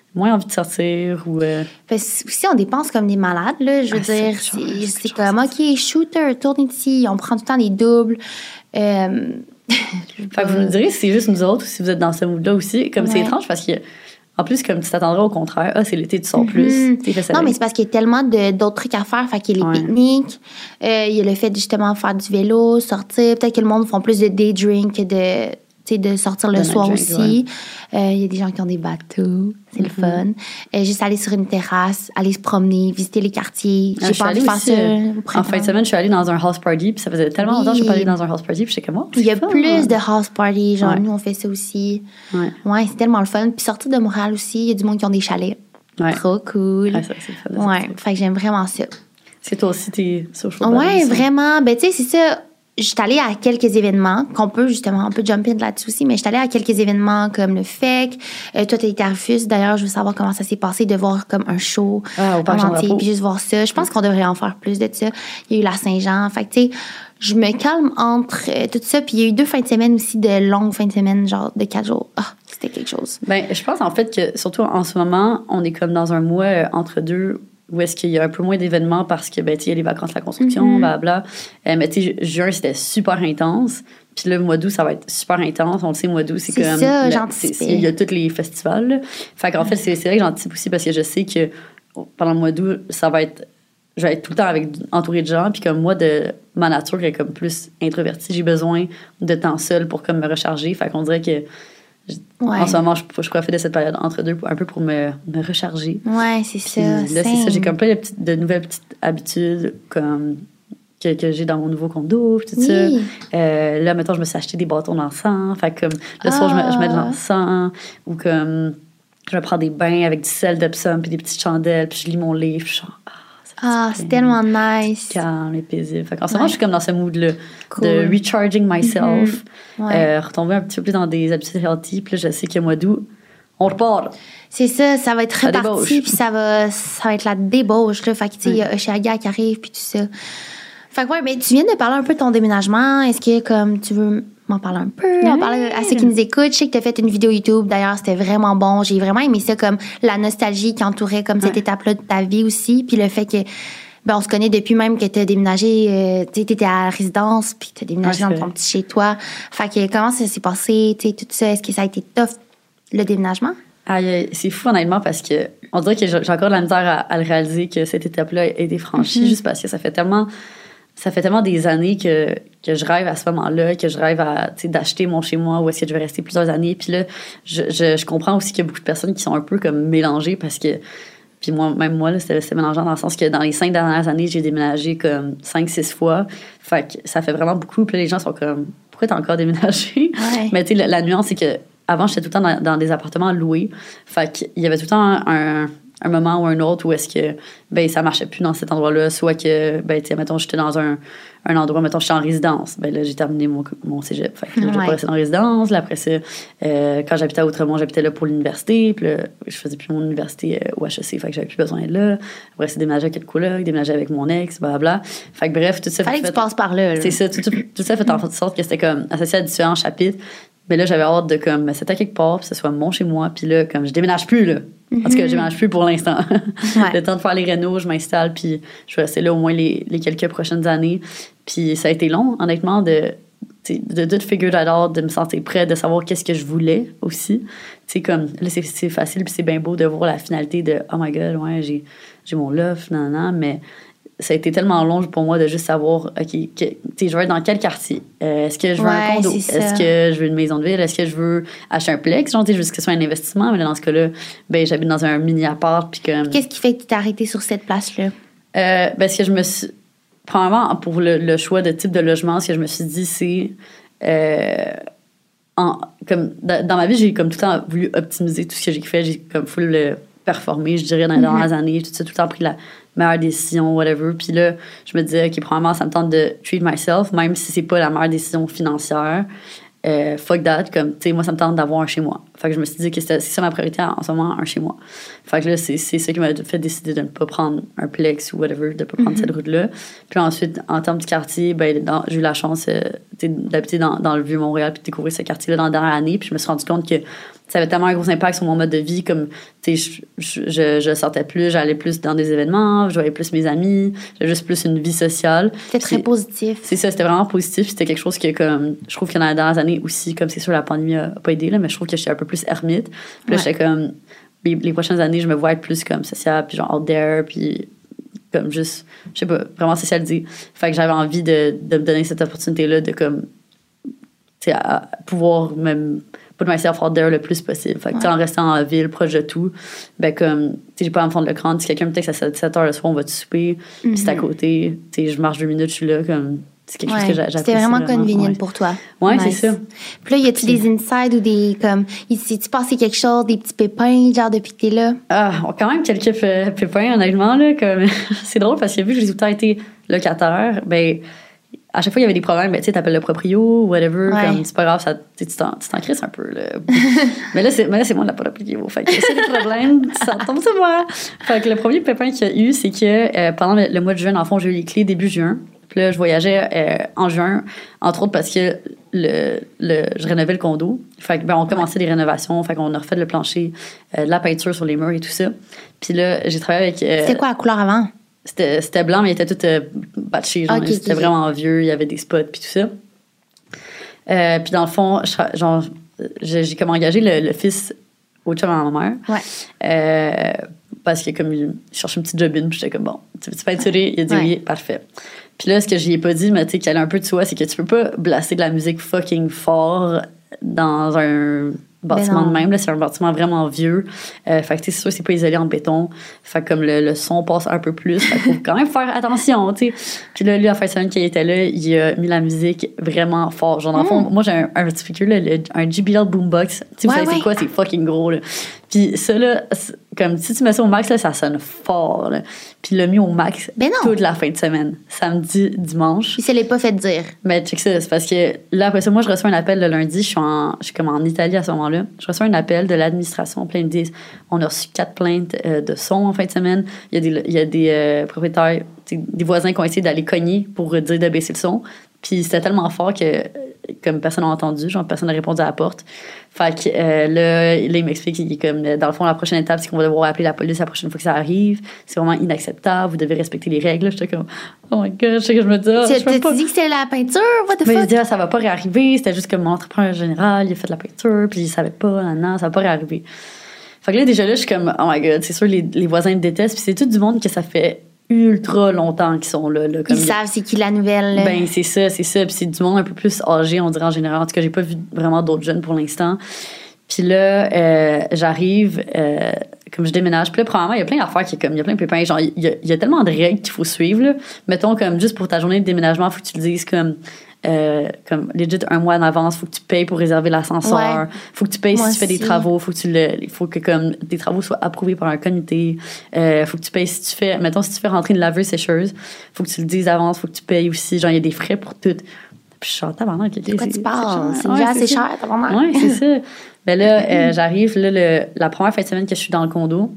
moins envie de sortir ou... Euh... Parce que si on dépense comme des malades, là, je veux ah, dire, c'est, c'est, c'est, c'est comme, OK, shooter, tourne ici, on prend tout le temps des doubles. Euh... fait que vous me direz si c'est juste nous autres ou si vous êtes dans ce mood-là aussi. Comme ouais. c'est étrange parce que... En plus, comme tu t'attendrais au contraire, ah, c'est l'été, tu sors plus. Mm-hmm. Non, mais c'est parce qu'il y a tellement de, d'autres trucs à faire. Fait qu'il y a les ouais. pique-niques, euh, il y a le fait de justement faire du vélo, sortir. Peut-être que le monde font plus de day drink que de, de sortir le de soir drink, aussi. Il ouais. euh, y a des gens qui ont des bateaux, c'est mm-hmm. le fun. Euh, juste aller sur une terrasse, aller se promener, visiter les quartiers. Ah, j'ai pas envie de faire ça. En fin de semaine, je suis allée dans un house party, puis ça faisait tellement oui. longtemps que je suis pas allée dans un house party, puis j'étais comme moi. Il y a fun, plus hein. de house party, genre ouais. nous on fait ça aussi. Ouais, ouais c'est tellement le fun. Puis sortir de Montréal aussi, il y a du monde qui ont des chalets. Ouais. Trop cool. Ouais, ça, c'est le fun. Ouais, fait que j'aime vraiment ça. C'est toi aussi, t'es social. Ouais, vraiment. Ben, tu sais, c'est ça. Je suis allée à quelques événements qu'on peut, justement, on peut jump in là-dessus aussi, mais je suis allée à quelques événements comme le F E C. Euh, toi, t'as été à Rufus. D'ailleurs, je veux savoir comment ça s'est passé de voir comme un show ah, au Parc entier, puis juste voir ça. Je pense qu'on devrait en faire plus de ça. Il y a eu la Saint-Jean. Fait que, tu sais, je me calme entre euh, tout ça. Puis il y a eu deux fins de semaine aussi, de longues fins de semaine, genre de quatre jours. Ah, c'était quelque chose. Ben, je pense en fait que, surtout en ce moment, on est comme dans un mois euh, entre deux où est-ce qu'il y a un peu moins d'événements parce que, ben, tu sais, il y a les vacances de la construction, mm-hmm. blablabla. Euh, mais, tu sais, juin, c'était super intense. Puis le mois d'août, ça va être super intense. On le sait, le mois d'août, c'est, c'est comme... ça, le, j'anticipe. C'est, il y a tous les festivals, là. Fait qu'en fait, c'est, c'est vrai que j'anticipe aussi parce que je sais que pendant le mois d'août, ça va être... Je vais être tout le temps avec, entourée de gens. Puis comme moi, de ma nature est comme plus introvertie, j'ai besoin de temps seul pour comme me recharger. Fait qu'on dirait que... Ouais. En ce moment, je, je profite de cette période entre deux un peu pour me, me recharger. Ouais, c'est ça. Puis là, c'est ça. J'ai comme plein de, petites, de nouvelles petites habitudes comme, que, que j'ai dans mon nouveau condo, tout oui. ça. Euh, là, mettons, je me suis acheté des bâtons d'encens. Fait comme le ah. soir, je, me, je mets de l'encens. Ou comme je me prends des bains avec du sel d'Epsom puis des petites chandelles. Puis je lis mon livre. Puis je suis genre, ah, Ah, c'est tellement nice. Calme et paisible. Fait qu'en ce moment, je suis comme dans ce mood-là cool. de recharging myself. Mm-hmm. Ouais. Euh, retomber un petit peu plus dans des habitudes healthy. Puis là, je sais que mois d'août, on repart. C'est ça, ça va être reparti. Puis ça va, ça va être la débauche. Là. Fait que, tu sais, il y a Oshiaga qui arrive, puis tout ça. Fait que, ouais, mais tu viens de parler un peu de ton déménagement. Est-ce que, comme, tu veux m'en parler un peu? Ouais. En parler à ceux qui nous écoutent. Je sais que tu as fait une vidéo YouTube. D'ailleurs, c'était vraiment bon. J'ai vraiment aimé ça, comme la nostalgie qui entourait comme ouais. cette étape-là de ta vie aussi. Puis le fait que, ben, on se connaît depuis même que tu as déménagé. Euh, tu étais à la résidence, puis tu as déménagé ouais, dans ton petit chez-toi. Fait que, comment ça s'est passé? Tu sais, tout ça. Est-ce que ça a été tough, le déménagement? Ah, c'est fou, honnêtement, parce que on dirait que j'ai encore de la misère à, à le réaliser que cette étape-là a été franchie, mm-hmm. juste parce que ça fait tellement. Ça fait tellement des années que, que je rêve à ce moment-là, que je rêve à, d'acheter mon chez-moi où est-ce que je vais rester plusieurs années. Puis là, je, je, je comprends aussi qu'il y a beaucoup de personnes qui sont un peu comme mélangées parce que, puis moi, même moi, là, c'était, c'était mélangeant dans le sens que dans les cinq dernières années, j'ai déménagé comme cinq, six fois. Fait que ça fait vraiment beaucoup. Puis là, les gens sont comme, pourquoi t'as encore déménagé? Ouais. Mais tu sais, la, la nuance, c'est que avant, j'étais tout le temps dans, dans des appartements loués. Fait qu'il y avait tout le temps un... un un moment ou un autre où est-ce que ben ça marchait plus dans cet endroit-là, soit que ben tu sais mettons j'étais dans un, un endroit mettons j'étais en résidence, ben là j'ai terminé mon mon cégep, fait que là, ouais. j'ai pas resté en résidence, là après ça euh, quand j'habitais à Outremont, j'habitais là pour l'université, puis là je faisais plus mon université euh, au H E C, fait que j'avais plus besoin de là. Après c'est déménager avec quelques colocs, déménager avec mon ex, blablabla. Fait que bref, tout ça fallait fait, que tu passes par là, là. C'est ça, tout, tout, tout ça fait en sorte que c'était comme associé à différents chapitres. Mais là, j'avais hâte de comme c'était à quelque part, puis que ce soit mon chez moi, puis là, comme je déménage plus, là. Mm-hmm. En tout cas, je déménage plus pour l'instant. Ouais. Le temps de faire les rénaux, je m'installe, puis je vais rester là au moins les, les quelques prochaines années. Puis ça a été long, honnêtement, de, de, de figure that out, de me sentir prête, de savoir qu'est-ce que je voulais aussi. Tu sais, comme, là, c'est, c'est facile, puis c'est bien beau de voir la finalité de « Oh my God, ouais, j'ai, j'ai mon loft, nan, nan, mais... » Ça a été tellement long pour moi de juste savoir, OK, que, je veux être dans quel quartier? Euh, est-ce que je veux ouais, un condo? Est-ce que je veux une maison de ville? Est-ce que je veux acheter un plex? Genre, je veux que ce soit un investissement. Mais là, dans ce cas-là, ben, j'habite dans un mini-appart. Puis comme... Qu'est-ce qui fait que tu t'es arrêtée sur cette place-là? Euh, parce que je me suis... Premièrement, pour le, le choix de type de logement, ce que je me suis dit, c'est... Euh, en, comme, dans ma vie, j'ai comme tout le temps voulu optimiser tout ce que j'ai fait. J'ai comme full le performer, je dirais, dans les dernières mm-hmm. années. Tout ça, tout le temps pris la meilleure décision, whatever. Puis là, je me disais, OK, probablement, ça me tente de treat myself, même si c'est pas la meilleure décision financière. Euh, fuck that. Comme, tu sais, moi, ça me tente d'avoir un chez moi. Fait que je me suis dit que c'était, c'est ça ma priorité en, en ce moment, un chez moi. Fait que là, c'est, c'est ça qui m'a fait décider de ne pas prendre un Plex ou whatever, de ne pas prendre mm-hmm. cette route-là. Puis ensuite, en termes du quartier, ben, dans, j'ai eu la chance euh, d'habiter dans, dans le Vieux-Montréal puis de découvrir ce quartier-là dans la dernière année. Puis je me suis rendu compte que ça avait tellement un gros impact sur mon mode de vie, comme, tu sais, je, je, je sortais plus, j'allais plus dans des événements, je voyais plus mes amis, j'avais juste plus une vie sociale. C'était très positif. C'est ça, c'était vraiment positif. C'était quelque chose que, comme, je trouve que dans les dernières années aussi, comme c'est sûr, la pandémie a pas aidé, là, mais je trouve que j'étais un peu plus ermite. Puis là, ouais. j'étais comme, les, les prochaines années, je me vois être plus comme sociable, puis genre out there, puis comme juste, je sais pas, vraiment socialisée. Fait que j'avais envie de, de me donner cette opportunité-là de, comme, tu sais, à pouvoir même put myself out there le plus possible. Fait que, ouais. en restant en ville, proche de tout, ben, comme, tu sais, j'ai pas à me fondre le crâne. Si quelqu'un me texte à sept heures le soir, on va te souper, mm-hmm. puis c'est à côté, tu sais, je marche deux minutes, je suis là, comme, c'est quelque ouais. chose que j'apprécie. C'était vraiment convenient ouais. pour toi. Ouais, nice. c'est ça. Puis là, y a-tu des insides ou des, comme, s'est-tu passé quelque chose, des petits pépins, genre, depuis que t'es là? Ah, quand même quelques pépins, honnêtement, là, comme, c'est drôle parce que vu que j'ai tout le temps été locataire, ben, à chaque fois, il y avait des problèmes. Ben, tu sais, t'appelles le proprio, whatever. Ouais. Comme, c'est pas grave, ça, tu t'en, tu t'en crisses un peu, là. mais, là, c'est, mais là, c'est moi la proprio. Fait que c'est des problèmes, ça tombe sur moi. Fait que le premier pépin qu'il y a eu, c'est que euh, pendant le, le mois de juin, en fond, j'ai eu les clés début juin. Puis là, je voyageais euh, en juin, entre autres parce que le, le, je rénovais le condo. Fait que, ben, on commençait des rénovations. Fait qu'on a refait le plancher, euh, de la peinture sur les murs et tout ça. Puis là, j'ai travaillé avec... Euh, C'était quoi la couleur avant? C'était, c'était blanc, mais il était tout euh, batché. Genre, okay, c'était okay. vraiment vieux. Il y avait des spots, puis tout ça. Euh, puis dans le fond, je, genre, j'ai, j'ai comme engagé le, le fils au chum à ma mère. Ouais. Euh, parce que comme il cherchait une petite jobine, puis j'étais comme, bon, tu veux-tu peinturer? Il a dit ouais. oui, parfait. Puis là, ce que je lui ai pas dit, mais tu sais, qu'il allait un peu de soi, c'est que tu peux pas blaster de la musique fucking fort dans un... bâtiment de même, là, c'est un bâtiment vraiment vieux. Euh, fait que, c'est sûr, c'est pas isolé en béton. Fait que, comme le, le son passe un peu plus, il faut quand même faire attention, tu sais. Puis là, lui, à la fin de semaine qu'il était là, il a mis la musique vraiment fort. Genre, dans le fond, mm. moi, j'ai un, un petit speaker, là, le, un J B L Boombox. Tu sais, vous ouais, savez, ouais. c'est quoi? C'est fucking gros, là. Puis ça, là, comme si tu mets ça au max, là, ça sonne fort, là. Puis il l'a mis au max toute la fin de semaine. Samedi, dimanche. Puis ça l'est pas fait dire. Mais check ça, c'est parce que là, après ça, moi, je reçois un appel le lundi. Je suis, en, je suis comme en Italie à ce moment-là. Je reçois un appel de l'administration. Puis ils me disent, on a reçu quatre plaintes euh, de son en fin de semaine. Il y a des, il y a des euh, propriétaires, des voisins qui ont essayé d'aller cogner pour dire de baisser le son. Puis c'était tellement fort que, comme personne n'a entendu, genre personne n'a répondu à la porte. Fait que euh, là, là, il m'explique qu'il est comme, dans le fond, la prochaine étape, c'est qu'on va devoir appeler la police la prochaine fois que ça arrive. C'est vraiment inacceptable. Vous devez respecter les règles. J'étais comme, oh my god, je sais que je me dis. Oh, tu t'es pas... dit que c'était la peinture? What the mais fuck? Je dis, ah, ça va pas réarriver. C'était juste que mon entrepreneur général, il a fait de la peinture, puis il savait pas, non, non, ça va pas réarriver. Fait que là, déjà là, je suis comme, oh my god, c'est sûr, les, les voisins me détestent. Puis c'est tout du monde que ça fait ultra longtemps qu'ils sont là. là comme ils savent c'est qui la nouvelle. Là. Ben, c'est ça, c'est ça. Puis c'est du monde un peu plus âgé, on dirait en général. En tout cas, j'ai pas vu vraiment d'autres jeunes pour l'instant. Puis là, euh, j'arrive, euh, comme je déménage. Puis là, probablement, il y a plein d'affaires qui, comme, il y a plein de pépins. Genre, il y a, il y a tellement de règles qu'il faut suivre, là. Mettons, comme, juste pour ta journée de déménagement, il faut que tu le dises comme, euh, comme, legit, un mois en avance. Il faut que tu payes pour réserver l'ascenseur. Il ouais. faut que tu payes Moi si tu fais aussi. des travaux. Il faut que tu le, il faut que, comme, tes travaux soient approuvés par un comité. Il euh, faut que tu payes si tu fais, mettons, si tu fais rentrer une laveuse sécheuse, il faut que tu le dises avance. Il faut que tu payes aussi. Genre, il y a des frais pour tout. Puis je suis en tabarnak. De quoi tu parles? C'est déjà assez cher, tabarnak. Oui, c'est ça. Ben là, euh, j'arrive, là, le, la première fin de semaine que je suis dans le condo,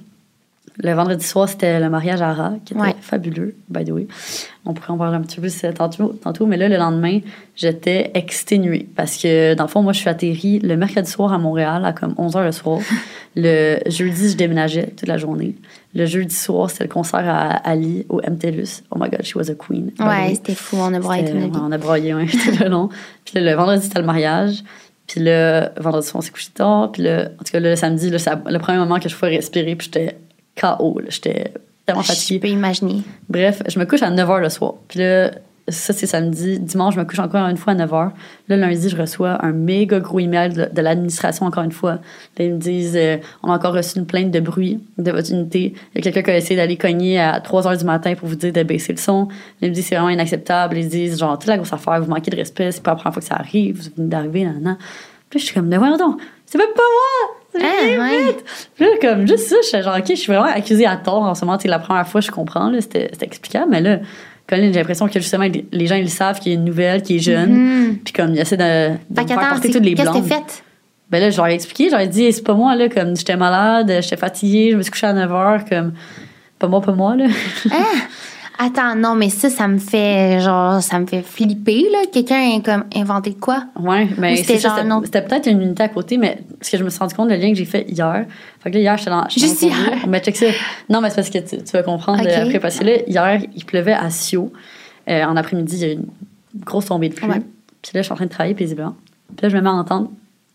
le vendredi soir, c'était le mariage à Ara, qui était ouais. fabuleux, by the way. On pourrait en parler un petit peu plus tantôt, tantôt, mais là, le lendemain, j'étais exténuée. Parce que, dans le fond, moi, je suis atterrie le mercredi soir à Montréal, à comme onze heures le soir. Le jeudi, je déménageais toute la journée. Le jeudi soir, c'était le concert à Ali, au M T L U S. Oh my God, she was a queen. Ouais, c'était fou, on a broyé tout le long. On a broyé, ouais, tout le long. Puis là, le vendredi, c'était le mariage. Puis là, vendredi soir, on s'est couché tard. Puis là, en tout cas, là, le samedi, là, c'est le premier moment que je pouvais respirer. Puis j'étais K O. Là. J'étais tellement fatiguée. Je peux imaginer. Bref, je me couche à neuf heures le soir. Puis là, ça, c'est samedi. Dimanche, je me couche encore une fois à neuf heures. Là, lundi, je reçois un méga gros email de, de l'administration, encore une fois. Là, ils me disent euh, on a encore reçu une plainte de bruit de votre unité. Il y a quelqu'un qui a essayé d'aller cogner à trois heures du matin pour vous dire de baisser le son. Là, ils me disent c'est vraiment inacceptable. Ils disent genre, toute la grosse affaire, vous manquez de respect. C'est pas la première fois que ça arrive. Vous venez d'arriver, nan, nan. Puis là, je suis comme, mais voyons donc, c'est même pas moi! C'est ah, ouais. Puis là, comme, juste ça, je suis genre, OK, je suis vraiment accusée à tort en ce moment. C'est la première fois, je comprends, là, c'était, c'était explicable, mais là, Colin, j'ai l'impression que justement, les gens, ils savent qu'il y a une nouvelle qui est jeune, mm-hmm. puis comme, il essaie de, de me faire porter toutes les blondes. Qu'est-ce que t'as fait? Ben là, je leur ai expliqué, j'aurais dit, c'est pas moi, là, comme j'étais malade, j'étais fatiguée, je me suis couchée à neuf heures, comme, pas moi, pas moi, là. Hein? Attends, non, mais ça, ça me fait, genre, ça me fait flipper, là. Quelqu'un a comme inventé de quoi? Ouais, mais c'était c'est genre ça, un autre... c'était peut-être une unité à côté, mais ce que je me suis rendu compte, le lien que j'ai fait hier, fait que là, hier, j'étais dans, j'étais Juste dans le condo. hier? Mais check ça. Non, mais c'est parce que tu, tu vas comprendre Okay. après, parce que là, hier, il pleuvait à Sio. Euh, en après-midi, il y a eu une grosse tombée de pluie. Ouais. Puis là, je suis en train de travailler paisiblement. Puis là, je me mets à entendre.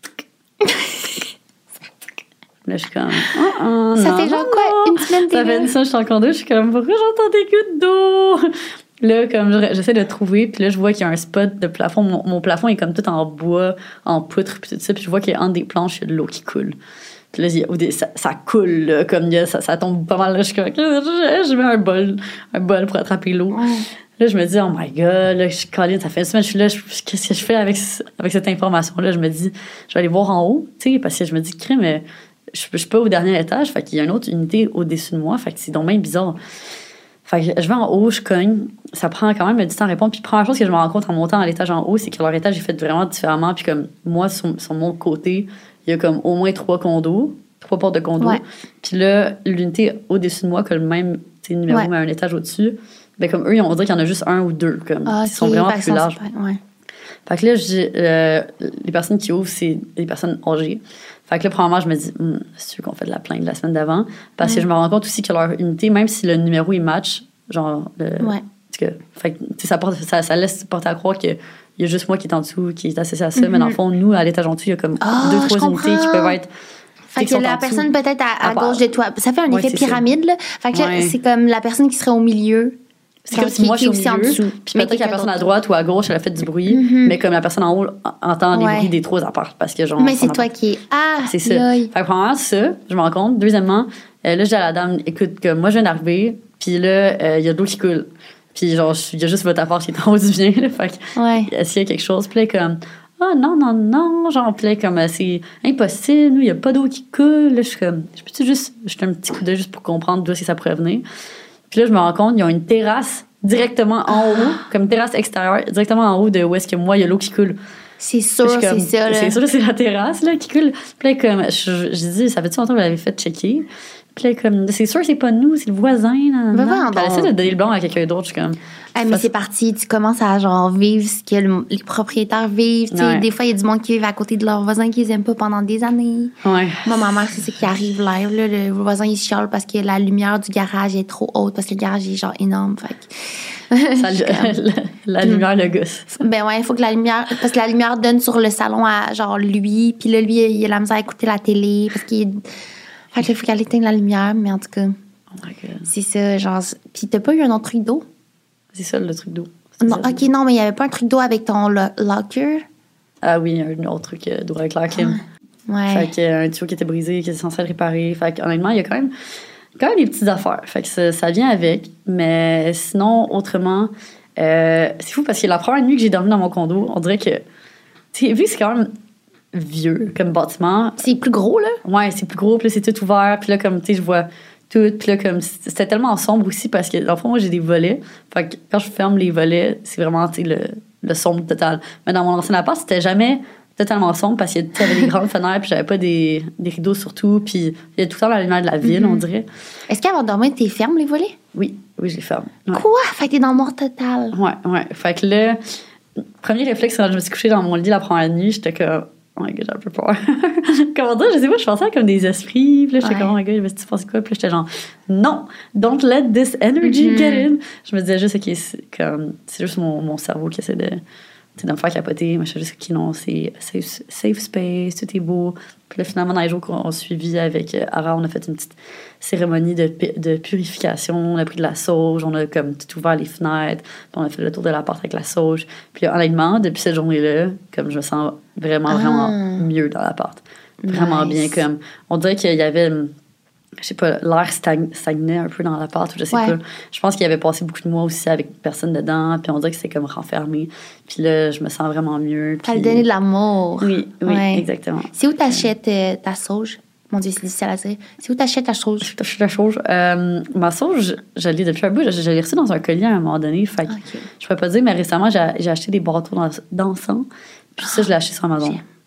Là, je suis comme. Oh, oh, ça non, fait genre non, quoi? non. Une semaine Ça fait une semaine, je suis en condo. Je suis comme, pourquoi j'entends des gouttes d'eau? Là, comme je- j'essaie de trouver, puis là, je vois qu'il y a un spot de plafond. Mon, mon plafond est comme tout en bois, en poutre, puis tout ça. Puis je vois qu'il y a entre des planches, il y a de l'eau qui coule. Puis là, il y a- ou des- ça, ça coule, là, comme il y a, ça, ça tombe pas mal. Là, je suis comme, je, je mets un bol, un bol pour attraper l'eau. Ouais. Là, je me dis, oh my God, là, je suis Colin, ça fait une semaine, je suis là, je- qu'est-ce que je fais avec, ce- avec cette information-là? Je me dis, je vais aller voir en haut, tu sais, parce que je me dis, crème, mais je, je suis pas au dernier étage, fait qu'il y a une autre unité au-dessus de moi, fait que c'est donc bien bizarre. Fait que je vais en haut, je cogne, ça prend quand même du temps à répondre. Puis, première chose que je me rends compte en montant à l'étage en haut, c'est que leur étage est fait vraiment différemment. Puis, comme moi, sur, sur mon côté, il y a comme au moins trois condos, trois portes de condos. Ouais. Puis là, l'unité au-dessus de moi, qui a le même tu sais, numéro, Ouais. mais un étage au-dessus, ben comme eux, on dirait qu'il y en a juste un ou deux. Comme, Ah, ils sont ok, vraiment fait que plus ça, larges. c'est pas- ouais. Fait que là, j'ai, euh, les personnes qui ouvrent, c'est des personnes âgées. Fait que là, premièrement, je me dis, hm, c'est sûr qu'on fait de la plainte la semaine d'avant. Parce que Mm. je me rends compte aussi que leur unité, même si le numéro, il match, genre, le, Ouais. parce que, fait que, tu sais, ça, porte, ça, ça laisse porter à croire qu'il y a juste moi qui est en dessous, qui est associé à ça. Mais dans le fond, nous, à l'étage en dessous, il y a comme Ah, deux, je trois unités comprends. qui peuvent être. Fait qui sont que la en dessous. personne peut-être à, à À part. gauche de toi. Ça fait un Ouais, effet c'est ça. pyramide, là. Fait que là, Ouais. c'est comme la personne qui serait au milieu. C'est genre, comme si qui- moi, qui je est suis au aussi en milieu, dessous. puis Mais peut-être que la quelqu'un personne à d'autre. droite ou à gauche, elle a fait du bruit, Mhm. mais comme la personne en haut entend les Ouais. bruits des trois apparts, parce que genre... Mais son c'est toi appart- qui es. Ah, C'est ça. aïe. Fait que premièrement, ça, je me rends compte. Deuxièmement, euh, là, je dis à la dame, écoute, comme moi, je viens d'arriver, puis là, euh, il y a de l'eau qui coule. Puis genre, il y a juste votre appart qui est en haut du bien, là. Fait que, Ouais. est-ce qu'il y a quelque chose? Puis là, comme, ah non, non, non, genre, puis là, comme, euh, c'est impossible, il n'y a pas d'eau qui coule. Là, je suis comme, je peux-tu juste jeter un petit coup d'œil juste pour comprendre d'où est-ce que ça pourrait venir? Puis là, je me rends compte, ils ont une terrasse directement en haut, comme une terrasse extérieure, directement en haut de où est-ce que moi, il y a l'eau qui coule. C'est sûr, Puis je suis c'est comme, ça, là. C'est sûr que c'est la terrasse, là, qui coule. Puis là, comme, je, je dis, ça fait-tu longtemps que vous l'avez fait checker? Puis là, comme, c'est sûr que c'est pas nous, c'est le voisin, là. Ben non. voyons Puis elle donc. essaie de donner le blanc à quelqu'un d'autre, je suis comme. Ah, mais c'est parti, tu commences à genre vivre ce que le- les propriétaires vivent. Tu sais, Ouais. des fois, il y a du monde qui vit à côté de leurs voisins qu'ils aiment pas pendant des années. Ouais. Moi, ma mère, c'est ce qui arrive live. Là, le voisin, il chiale parce que la lumière du garage est trop haute, parce que le garage est genre énorme. Fait que- Ça, la, la lumière, le gosse. Ben ouais, il faut que la lumière. Parce que la lumière donne sur le salon à genre lui. Puis là, lui, il a la misère à écouter la télé. Parce qu'il. Fait que là, il faut qu'elle éteigne la lumière. Mais en tout cas, Oh my God. c'est ça. Genre. Puis t'as pas eu un autre truc d'eau? C'est ça, le truc d'eau. Non, C'est ça. ok, non, mais il y avait pas un truc d'eau avec ton lo- locker? Ah oui, un autre truc euh, d'eau avec la clim. Ouais. Fait que, euh, un tuyau qui était brisé, qui était censé le réparer. Fait que, honnêtement, il y a quand même, quand même des petites affaires. Fait que ça, ça vient avec. Mais sinon, autrement, euh, c'est fou parce que la première nuit que j'ai dormi dans mon condo, on dirait que, tu sais, vu que c'est quand même vieux comme bâtiment, C'est plus gros, là? ouais, c'est plus gros, puis là, c'est tout ouvert, puis là, comme, tu sais, je vois tout, puis là, comme, c'était tellement sombre aussi parce que, dans le fond, moi, j'ai des volets. Fait que quand je ferme les volets, c'est vraiment, tu sais, le, le sombre total. Mais dans mon ancien appart, c'était jamais totalement sombre parce qu'il y avait des grandes fenêtres, puis j'avais pas des, des rideaux surtout, puis il y a tout le temps la lumière de la ville, Mhm. on dirait. Est-ce qu'avant de dormir, t'es ferme, les volets? Oui, oui, je les ferme. Ouais. Quoi? Fait que t'es dans le mort total. Ouais, ouais. Fait que là, premier réflexe, quand je me suis couchée dans mon lit la première nuit, j'étais comme, oh my god, j'ai un peu peur. Comment dire, je sais pas, je pensais à comme des esprits, puis là, j'étais Ouais. comme, oh my god, tu penses quoi? Puis là, j'étais genre, non, don't let this energy Mhm. get in. Je me disais juste, ok, c'est comme, c'est juste mon, mon cerveau qui essaie de, tu sais, de me faire capoter. Mais je suis juste, ok, non, c'est safe, safe space, tout est beau. Puis là, finalement, dans les jours qu'on a suivi avec euh, Ara, on a fait une petite cérémonie de, pi- de purification. On a pris de la sauge, on a comme tout ouvert les fenêtres, puis on a fait le tour de la porte avec la sauge. Puis là, honnêtement, depuis cette journée-là, comme je me sens vraiment, Ah. vraiment mieux dans l'appart. Vraiment Nice. bien. Comme, on dirait qu'il y avait, hum, je sais pas, l'air stag- stagnait un peu dans l'appart, ou je sais Ouais. pas. Je pense qu'il y avait passé beaucoup de mois aussi avec personne dedans, puis on dirait que c'était comme renfermé. Puis là, je me sens vraiment mieux. T'as puis- le donné de l'amour. Oui, oui, Ouais. exactement. C'est où t'achètes euh, ta sauge? Mon Dieu, c'est difficile à dire. C'est où t'achètes ta sauge? Je suis la sauge. Euh, ma sauge, je l'ai depuis un bout. Je, je l'ai reçue dans un collier à un moment donné. Fait que Ok. je pourrais pas dire, mais récemment, j'ai, j'ai acheté des bâtons d'en- d'encens. Puis ça, je l'ai acheté sur Amazon. J'aime.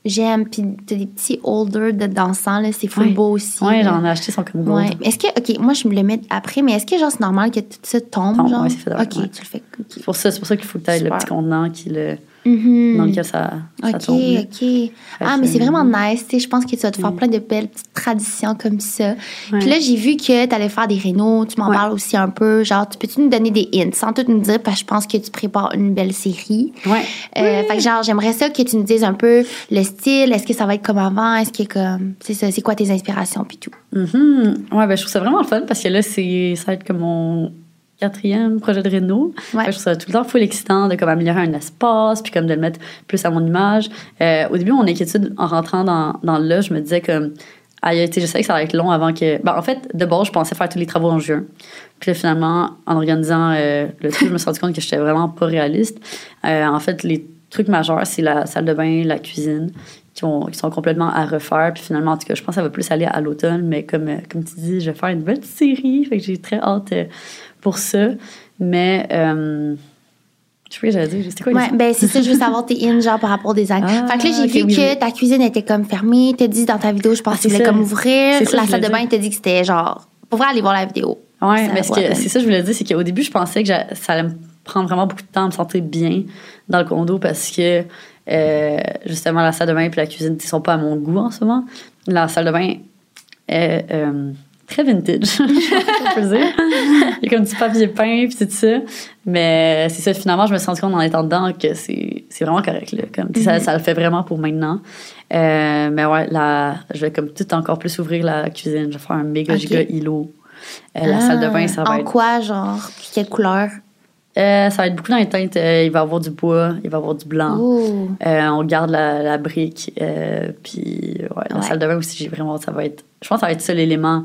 j'aime. Puis t'as des petits holders de dansant, là, c'est full ouais. beau aussi. Ouais, là. j'en ai acheté, sont comme gold. Ouais. Est-ce que, OK, moi, je me le mets après, mais est-ce que, genre, c'est normal que tout ça tombe, Tombe, genre? ouais, c'est fait OK, ouais. tu le fais. Okay. C'est pour ça, c'est pour ça qu'il faut que tu aies le petit contenant qui le... Mm-hmm. dans lequel ça, ça OK, tombe. OK. Fait ah, mais c'est vraiment nice. Tu sais, je pense que tu vas te faire mm. plein de belles petites traditions comme ça. Ouais. Puis là, j'ai vu que tu allais faire des rénaux. Tu m'en ouais. parles aussi un peu. Genre, tu peux-tu nous donner des hints sans tout nous dire parce que je pense que tu prépares une belle série. Ouais. Euh, oui. Fait que genre, j'aimerais ça que tu nous dises un peu le style. Est-ce que ça va être comme avant? Est-ce que comme... C'est ça, c'est quoi tes inspirations puis tout? Mm-hmm. Ouais, ben je trouve ça vraiment le fun parce que là, c'est, ça va être comme mon... quatrième projet de réno. Ouais. Je trouve ça tout le temps full excitant de comme améliorer un espace puis comme de le mettre plus à mon image. Euh, au début, mon inquiétude en rentrant dans, dans là, je me disais comme aïe, tu sais, je savais que ça allait être long avant que... Ben, en fait, de base, je pensais faire tous les travaux en juin. Puis là, finalement, en organisant euh, le truc, je me suis rendu compte que j'étais vraiment pas réaliste. Euh, en fait, les trucs majeurs, c'est la salle de bain, la cuisine, qui, vont, qui sont complètement à refaire. Puis finalement, en tout cas, je pense que ça va plus aller à l'automne. Mais comme, euh, comme tu dis, je vais faire une belle série. Fait que j'ai très hâte... Euh, pour ça, mais euh, je sais pas ce que j'allais dire. C'était quoi ouais, ben c'est ça, je veux savoir tes in, genre par rapport des angles. Ah, fait que là, j'ai okay, vu oui, que oui. ta cuisine était comme fermée. T'as dit dans ta vidéo, je pense ah, que tu voulais comme ouvrir. Ça, la salle de bain, t'as dit que c'était genre. Pour vrai, aller voir la vidéo. Ouais, mais ce que, c'est ça que je voulais dire, c'est qu'au début, je pensais que ça allait me prendre vraiment beaucoup de temps à me sentir bien dans le condo parce que euh, justement, la salle de bain et la cuisine ne sont pas à mon goût en ce moment. La salle de bain est. Euh, très vintage, je peux dire. Il y a comme du papier peint puis tout ça. Mais c'est ça, finalement, je me suis rendu compte en étant dedans que c'est, c'est vraiment correct. Là. Comme, mm-hmm. ça, ça le fait vraiment pour maintenant. Euh, mais ouais, la, je vais comme tout encore plus ouvrir la cuisine. Je vais faire un méga okay. giga îlot. Euh, ah, la salle de bain, ça va en être... En quoi, genre? Quelle couleur? Euh, ça va être beaucoup dans les teintes. Euh, il va y avoir du bois, il va y avoir du blanc. Euh, on garde la, la brique. Euh, puis ouais, la ouais. salle de bain aussi, j'ai vraiment... Ça va être... Je pense que ça va être ça l'élément...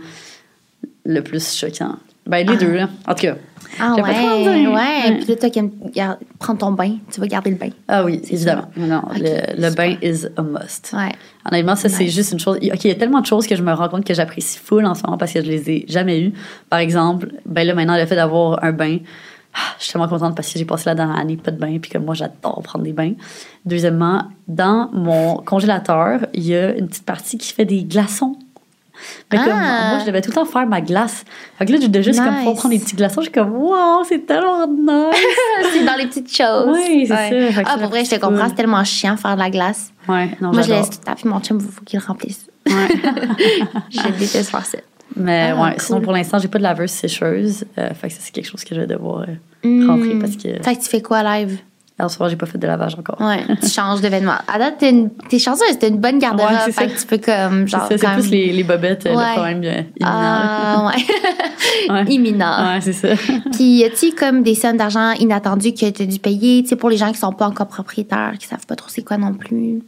le plus choquant. Ben, les ah. deux, là. En tout cas. Ah ouais, ouais. ouais. Puis là, toi qui aimes prendre ton bain, tu vas garder le bain. Ah oui, c'est évidemment. Sûr. Non, okay, le, le bain is a must. Ouais. Honnêtement, ça, nice. C'est juste une chose... OK, il y a tellement de choses que je me rends compte que j'apprécie full en ce moment parce que je les ai jamais eues. Par exemple, ben là, maintenant, le fait d'avoir un bain, je suis tellement contente parce que j'ai passé la dernière année pas de bain puis que moi, j'adore prendre des bains. Deuxièmement, dans mon congélateur, il y a une petite partie qui fait des glaçons. Fait ah. comme, moi, je devais tout le temps faire ma glace. Fait que là, je devais juste nice. Comme prendre des petits glaçons. Je suis comme, wow, c'est tellement nice. C'est dans les petites choses. Oui, c'est ouais. ça. Ah, pour vrai, je te comprends. C'est tellement chiant faire de la glace. Ouais, non, moi, j'adore. Je laisse tout le temps. Puis mon chum, il faut qu'il le remplisse. Ouais. Je déteste faire ça. Mais ah, ouais, cool. Sinon, pour l'instant, j'ai pas de laveuse sécheuse. Euh, fait que ça, c'est quelque chose que je vais devoir euh, mm. rentrer parce que... Fait que tu fais quoi live? Alors, ce soir, j'ai pas fait de lavage encore. Ouais, tu changes de vêtements. À date, t'es, une, t'es chanceuse, t'as une bonne garde-robe. Ouais, fait que tu peux comme, genre. C'est, ça, c'est plus les, les bobettes, ouais. le problème euh, imminent. Ah, ouais. ouais. Imminent. Ouais, c'est ça. Puis, y a-t-il comme des sommes d'argent inattendues que t'as dû payer, tu sais, pour les gens qui sont pas encore propriétaires, qui savent pas trop c'est quoi non plus?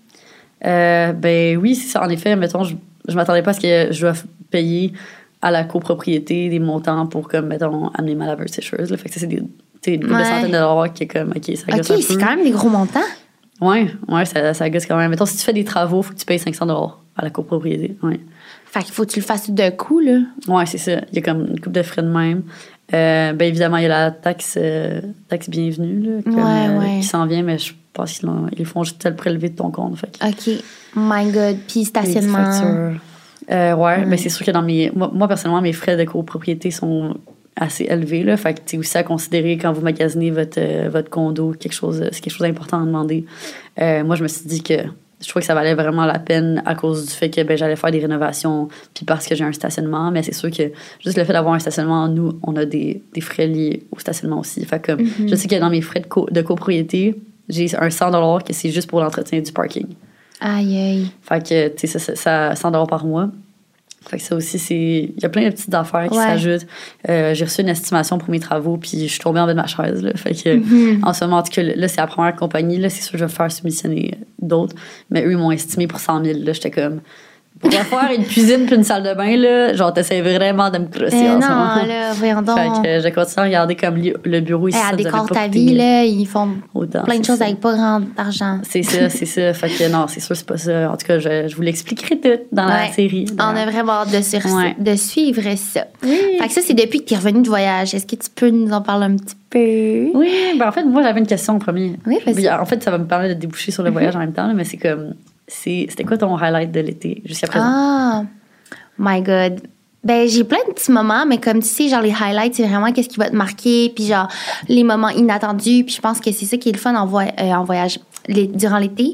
Euh, ben oui, c'est ça. En effet, mettons, je, je m'attendais pas à ce que je dois payer à la copropriété des montants pour, comme, mettons, amener ma laveuse sécheuse. Là. Fait que ça, c'est des. Tu sais, une ouais. centaine de dollars qui est comme, OK, ça gosse okay, un peu. c'est quand même des gros montants. Oui, ouais, ça, ça gosse quand même. Mettons, si tu fais des travaux, il faut que tu payes cinq cents dollars à la copropriété. Ouais. Fait qu'il faut que tu le fasses d'un coup, là. Oui, c'est ça. Il y a comme une couple de frais de même. Euh, bien évidemment, il y a la taxe, euh, taxe bienvenue, là, comme, ouais, euh, ouais. qui s'en vient, mais je pense qu'ils ils font juste te le prélever de ton compte. Fait que, OK. My God. Puis stationnement. Euh, ouais, mm. ben c'est sûr que dans mes. Moi, moi, personnellement, mes frais de copropriété sont assez élevés, là. Fait que c'est aussi à considérer quand vous magasinez votre, euh, votre condo, quelque chose, c'est quelque chose d'important à demander. Euh, moi, je me suis dit que je trouvais que ça valait vraiment la peine à cause du fait que ben, j'allais faire des rénovations, puis parce que j'ai un stationnement. Mais c'est sûr que juste le fait d'avoir un stationnement, nous, on a des, des frais liés au stationnement aussi. Fait que mm-hmm. je sais que dans mes frais de, co- de copropriété, j'ai un cent dollars que c'est juste pour l'entretien du parking. Aïe, aïe. Fait que, tu sais, ça, ça, cent dollars par mois. Fait que ça aussi, c'est... Il y a plein de petites affaires qui ouais. s'ajoutent. Euh, j'ai reçu une estimation pour mes travaux, puis je suis tombée en bas de ma chaise, là. Fait que, mm-hmm. en ce moment, en tout cas, là, c'est la première compagnie. Là, c'est sûr que je vais faire soumissionner d'autres. Mais eux, ils m'ont estimé pour cent mille. Là, j'étais comme... Pour faire une cuisine puis une salle de bain, là, genre, t'essaies vraiment de me crosser euh, en non, ce moment. là, voyons donc. Fait que je continue à regarder comme le bureau ici. À décor ta vie, là, ils font autant, plein de choses ça. Avec pas grand argent. C'est ça, c'est ça. Fait que non, c'est sûr, c'est pas ça. En tout cas, je, je vous l'expliquerai tout dans ouais. la série. Dans On a vraiment hâte de, sur, ouais. de suivre ça. Oui. Fait que ça, c'est depuis que tu es revenue de voyage. Est-ce que tu peux nous en parler un petit peu? Oui, ben en fait, moi, j'avais une question en premier. Oui, vas-y. En fait, ça va me permettre de déboucher sur le voyage mm-hmm. en même temps, là, mais c'est comme... c'est, c'était quoi ton highlight de l'été jusqu'à présent? Ah, my God. Ben, j'ai plein de petits moments, mais comme tu sais, genre, les highlights, c'est vraiment qu'est-ce qui va te marquer, puis genre, les moments inattendus, puis je pense que c'est ça qui est le fun en, voy- euh, en voyage les, durant l'été.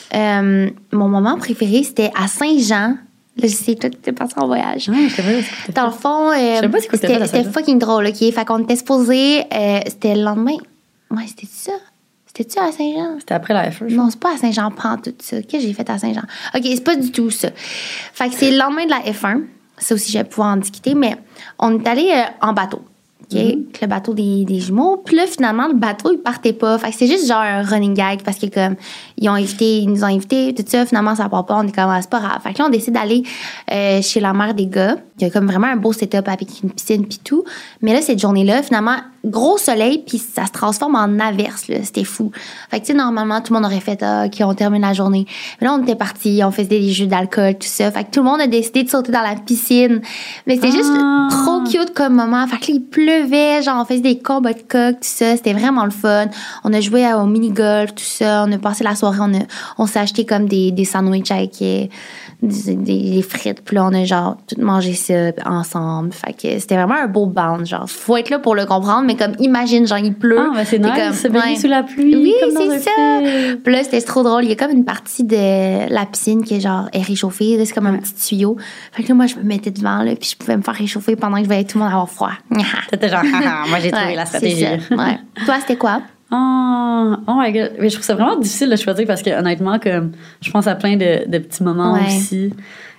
Euh, mon moment préféré, c'était à Saint-Jean. Là, je sais, toi, t'es parti en voyage. Ah, je sais pas, Dans le fond, euh, je sais pas c'est quoi c'était, c'était, c'était fucking drôle, OK? Fait qu'on était supposé, euh, c'était le lendemain. Ouais, c'était ça. C'était-tu à Saint-Jean? C'était après la F un. Non, c'est pas à Saint-Jean, prends tout ça. Qu'est-ce que j'ai fait à Saint-Jean? OK, c'est pas du tout ça. Fait que c'est le lendemain de la F un. Ça aussi, je vais pouvoir en discuter, mais on est allé euh, en bateau. OK? Mm-hmm. Le bateau des, des jumeaux. Puis là, finalement, le bateau, il partait pas. Fait que c'est juste genre un running gag parce que comme, ils ont invité, ils nous ont invités, tout ça. Finalement, ça part pas. On est comme, ah, c'est pas grave. Fait que là, on décide d'aller euh, chez la mère des gars. Il y a comme vraiment un beau setup avec une piscine puis tout. Mais là, cette journée-là, finalement, gros soleil, puis ça se transforme en averse, là. C'était fou. Fait que, tu sais, normalement, tout le monde aurait fait, ah, OK, on termine la journée. Mais là, on était partis, on faisait des jeux d'alcool, tout ça. Fait que tout le monde a décidé de sauter dans la piscine. Mais c'était ah. juste trop cute comme moment. Fait que là, il pleuvait, genre, on faisait des combats de coq, tout ça. C'était vraiment le fun. On a joué au mini-golf, tout ça. On a passé la soirée, on, a, on s'est acheté comme des, des sandwichs avec euh, des, des, des frites. Puis là, on a, genre, tout mangé ça ensemble. Fait que c'était vraiment un beau bound, genre. Faut être là pour le comprendre, mais comme, imagine, genre, il pleut. Ah, ben c'est nice, comme, se baigner ouais. sous la pluie. Oui, comme dans c'est ça. Film. Puis là, c'était trop drôle. Il y a comme une partie de la piscine qui est, genre, est réchauffée. Là, c'est comme ouais. un petit tuyau. Fait que là, moi, je me mettais devant, là, puis je pouvais me faire réchauffer pendant que je voyais tout le monde avoir froid. C'était genre, moi, j'ai trouvé ouais, la stratégie. Ouais. Toi, c'était quoi? Oh, oh my God. Mais je trouve ça vraiment difficile de choisir parce que, honnêtement, comme, je pense à plein de, de petits moments ouais. aussi.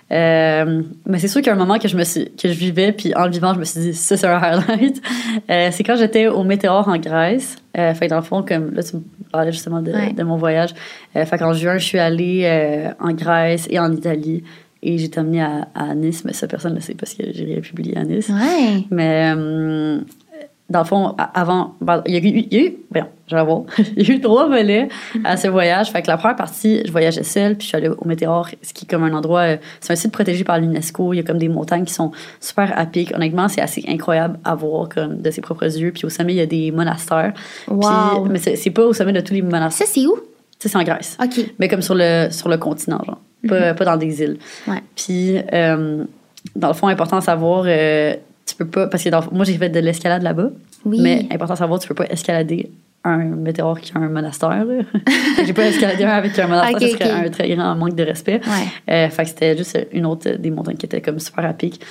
Euh, mais c'est sûr qu'il y a un moment que je me suis, que je vivais, puis en le vivant, je me suis dit, ça, c'est un highlight. Euh, c'est quand j'étais au Météor en Grèce. Euh, fait que dans le fond, comme là, tu me parlais justement de, ouais. de mon voyage. Euh, fait qu'en juin, je suis allée euh, en Grèce et en Italie. Et j'ai terminé à, à Nice, mais ça, personne ne le sait parce que j'ai rien publié à Nice. Ouais. Mais euh, dans le fond, avant, il y a eu, il y a eu voyons, je vais voir, il y a eu trois volets à ce voyage. Fait que la première partie, je voyageais seule, puis je suis allée au Météor, ce qui est comme un endroit, c'est un site protégé par l'UNESCO. Il y a comme des montagnes qui sont super à pic. Honnêtement, c'est assez incroyable à voir comme de ses propres yeux. Puis au sommet, il y a des monastères. Wow. Puis, mais c'est, c'est pas au sommet de tous les monastères. Ça, c'est où? Ça, c'est en Grèce. OK. Mais comme sur le, sur le continent, genre. Pas, mm-hmm. pas dans des îles. Ouais. Puis, euh, dans le fond, important à savoir, euh, tu peux pas. Parce que dans, moi, j'ai fait de l'escalade là-bas. Oui. Mais important à savoir, tu peux pas escalader un météore qui a un monastère. J'ai pas escaladé un avec un monastère, okay, ce serait okay. un très grand manque de respect. Ouais. Euh, fait que c'était juste une autre des montagnes qui était comme super à pic.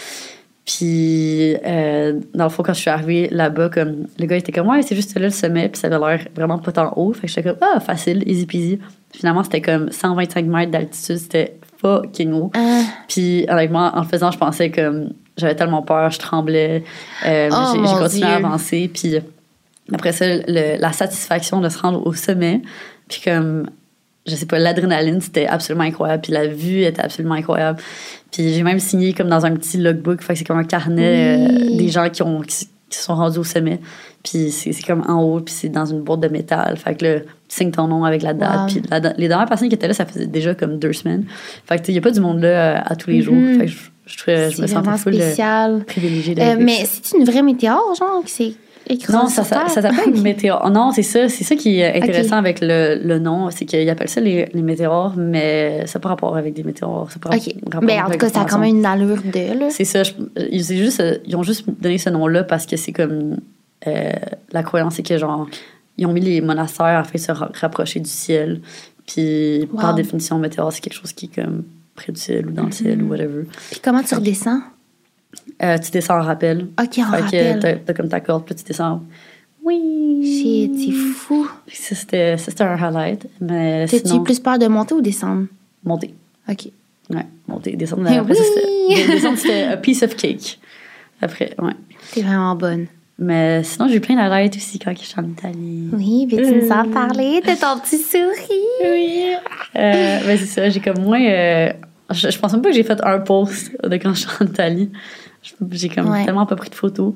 Puis, euh, dans le fond, quand je suis arrivée là-bas, comme, le gars était comme, ouais, c'est juste là le sommet, puis ça avait l'air vraiment pas tant haut. Fait que j'étais comme, ah, facile, easy peasy. Finalement, c'était comme cent vingt-cinq mètres d'altitude, c'était fucking haut. Uh. Puis, honnêtement, en le faisant, je pensais comme, j'avais tellement peur, je tremblais. Euh, oh, j'ai, j'ai continué Dieu. à avancer. Puis, après ça, le, la satisfaction de se rendre au sommet, puis comme, je sais pas, l'adrénaline, c'était absolument incroyable. Puis la vue était absolument incroyable. Puis j'ai même signé comme dans un petit logbook. Fait que c'est comme un carnet oui. euh, des gens qui, ont, qui, qui sont rendus au sommet. Puis c'est, c'est comme en haut, puis c'est dans une boîte de métal. Fait que là, tu signes ton nom avec la date. Wow. Puis la, les dernières personnes qui étaient là, ça faisait déjà comme deux semaines. Fait que il n'y a pas du monde là à, à tous les mm-hmm. jours. Fait que je, je, je, je me sentais full spécial. privilégiée d'être euh, Mais c'est une vraie météore, genre, qui c'est... Non, ça, ça, ça s'appelle une météore. Non, c'est ça. C'est ça qui est intéressant okay. avec le, le nom. C'est qu'ils appellent ça les, les météores, mais ça n'a pas rapport avec des météores. Ça pas OK. Mais en tout cas, ça a quand même une allure de, là. C'est ça. Je, c'est juste, ils ont juste donné ce nom-là parce que c'est comme... Euh, la croyance, c'est que, genre, ils ont mis les monastères à faire se rapprocher du ciel. Puis, wow. par définition, météore, c'est quelque chose qui est comme près du ciel ou dans le ciel mm-hmm. ou whatever. Puis comment tu redescends? Euh, tu descends en rappel. OK, en fait rappel. Que t'as, t'as comme ta corde, puis tu descends. Oui! Shit, c'est fou. Ça, c'était, ça, c'était un highlight. Mais T'as-tu sinon, plus peur de monter ou descendre? Monter. OK. Ouais, monter. Descendre, mais après, oui! c'était, descendre, c'était a piece of cake. Après, ouais. T'es vraiment bonne. Mais sinon, j'ai eu plein d'highlights aussi quand je suis en Italie. Oui, mais tu nous en parlais de ton petit sourire. Oui. Euh, ben c'est ça, j'ai comme moins... Euh, je, je pense même pas que j'ai fait un post de quand je suis en Italie. J'ai comme ouais. tellement pas pris de photos.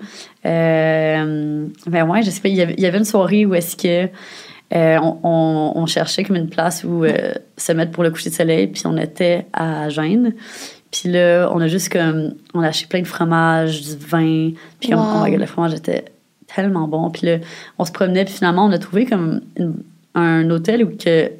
Euh, ben ouais, je sais pas, il y avait, il y avait une soirée où est-ce que euh, on, on, on cherchait comme une place où euh, se mettre pour le coucher de soleil, puis on était à Gênes. Puis là, on a juste comme, on a acheté plein de fromages, du vin, puis comme, wow. oh my God, le fromage était tellement bon. Puis là, on se promenait, puis finalement, on a trouvé comme une, un hôtel où que